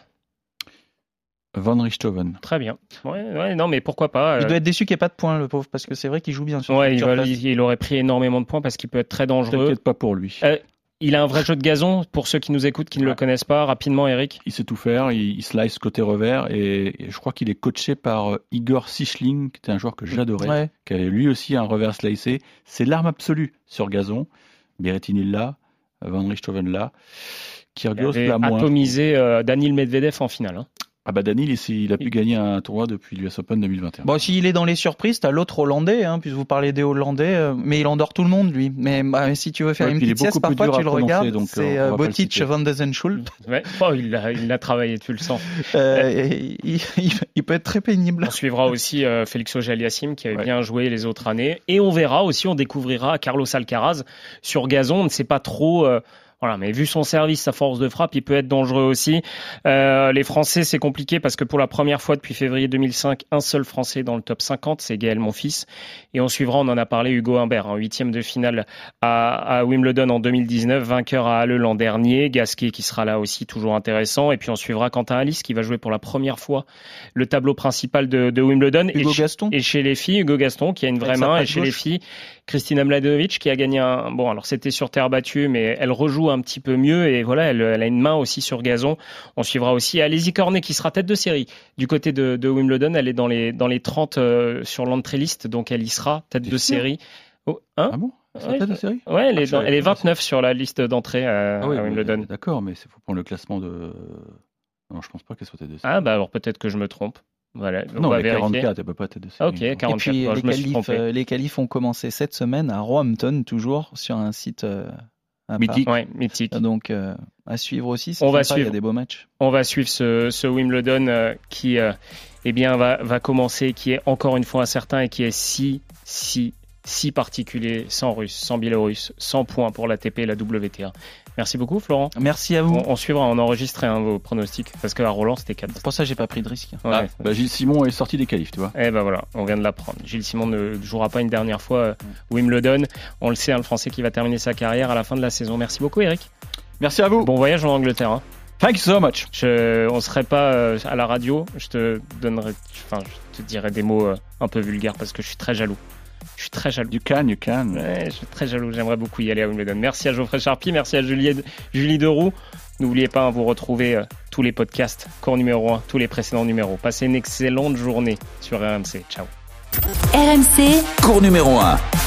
[SPEAKER 6] Van Rijthoven.
[SPEAKER 5] Très bien. Ouais, non, mais pourquoi pas.
[SPEAKER 7] Il doit être déçu qu'il n'y ait pas de points, le pauvre, parce que c'est vrai qu'il joue bien.
[SPEAKER 5] Il aurait pris énormément de points parce qu'il peut être très dangereux.
[SPEAKER 6] T'inquiète pas pour lui.
[SPEAKER 5] Il a un vrai jeu de gazon, pour ceux qui nous écoutent, qui ne le connaissent pas. Rapidement, Eric.
[SPEAKER 6] Il sait tout faire, il slice côté revers et je crois qu'il est coaché par Igor Sijling, qui était un joueur que j'adorais, qui avait lui aussi un revers slicé. C'est l'arme absolue sur gazon. Berrettini là, Van Rijthoven là. Kyrgios là moins.
[SPEAKER 5] Atomisé Daniil Medvedev en finale. Hein.
[SPEAKER 6] Ah bah Daniil, il a pu gagner un tournoi depuis l'US Open 2021.
[SPEAKER 7] Bon, s'il est dans les surprises, t'as l'autre Hollandais, puisque vous parlez des Hollandais, mais il endort tout le monde, lui. Mais si tu veux faire une petite sieste, parfois tu le regardes, c'est Botic van de Zensschulp.
[SPEAKER 5] Il l'a travaillé, tu le sens.
[SPEAKER 7] Il peut être très pénible.
[SPEAKER 5] On suivra aussi Félix Auger-Aliassime, qui avait bien joué les autres années. Et on verra aussi, on découvrira Carlos Alcaraz sur gazon. On ne sait pas trop... Voilà, mais vu son service, sa force de frappe, il peut être dangereux aussi. Les Français, c'est compliqué parce que pour la première fois depuis février 2005, un seul Français dans le top 50, c'est Gaël Monfils. Et on suivra, on en a parlé, Hugo Humbert, en 8e de finale à Wimbledon en 2019, vainqueur à Halle l'an dernier. Gasquet qui sera là aussi, toujours intéressant. Et puis on suivra Quentin Halys qui va jouer pour la première fois le tableau principal de Wimbledon.
[SPEAKER 7] Hugo Gaston.
[SPEAKER 5] Et chez les filles, Hugo Gaston qui a une vraie main. Et chez les filles, Kristina Mladenovic qui a gagné bon, alors c'était sur terre battue, mais elle rejoue un petit peu mieux et voilà, elle a une main aussi sur gazon. On suivra aussi Alizé Cornet qui sera tête de série du côté de Wimbledon. Elle est dans les 30 sur l'entrée liste, donc elle y sera tête de série.
[SPEAKER 6] Ah bon? Tête de série?
[SPEAKER 5] Ouais, elle est 29 sur la liste d'entrée à Wimbledon.
[SPEAKER 6] D'accord, mais il faut prendre le classement de... Non, je pense pas qu'elle soit tête de série.
[SPEAKER 5] Ah bah alors peut-être que je me trompe. Voilà,
[SPEAKER 6] non, mais 44, elle peut pas être tête de série.
[SPEAKER 5] Ok, 44.
[SPEAKER 7] Et puis les qualifs ont commencé cette semaine à Roehampton, toujours sur un site
[SPEAKER 5] mythique. Ouais, mythique.
[SPEAKER 7] Donc à suivre aussi.
[SPEAKER 5] Il
[SPEAKER 7] y a des beaux matchs.
[SPEAKER 5] On va suivre ce Wimbledon qui va commencer, qui est encore une fois incertain et qui est si particulier, sans Russe, sans Biélorusse, sans points pour l'ATP et la WTA. Merci beaucoup, Florent.
[SPEAKER 7] Merci à vous.
[SPEAKER 5] On suivera, on enregistrait vos pronostics parce qu'à Roland c'était 4.
[SPEAKER 7] C'est pour ça que j'ai pas pris de risque.
[SPEAKER 5] Ouais.
[SPEAKER 6] Gilles Simon est sorti des qualifs, tu vois.
[SPEAKER 5] Eh ben voilà, on vient de l'apprendre. Gilles Simon ne jouera pas une dernière fois Wimbledon. On le sait, le Français qui va terminer sa carrière à la fin de la saison. Merci beaucoup, Eric.
[SPEAKER 6] Merci à vous.
[SPEAKER 5] Bon voyage en Angleterre.
[SPEAKER 6] Thank you so much.
[SPEAKER 5] On serait pas à la radio, je te dirais des mots un peu vulgaires parce que je suis très jaloux. Je suis très jaloux.
[SPEAKER 6] You can.
[SPEAKER 5] Ouais, je suis très jaloux. J'aimerais beaucoup y aller à Wimbledon. Merci à Geoffrey Charpie, merci à Julie Deroux. N'oubliez pas, vous retrouvez tous les podcasts, cours numéro 1, tous les précédents numéros. Passez une excellente journée sur RMC. Ciao.
[SPEAKER 1] RMC, cours numéro 1.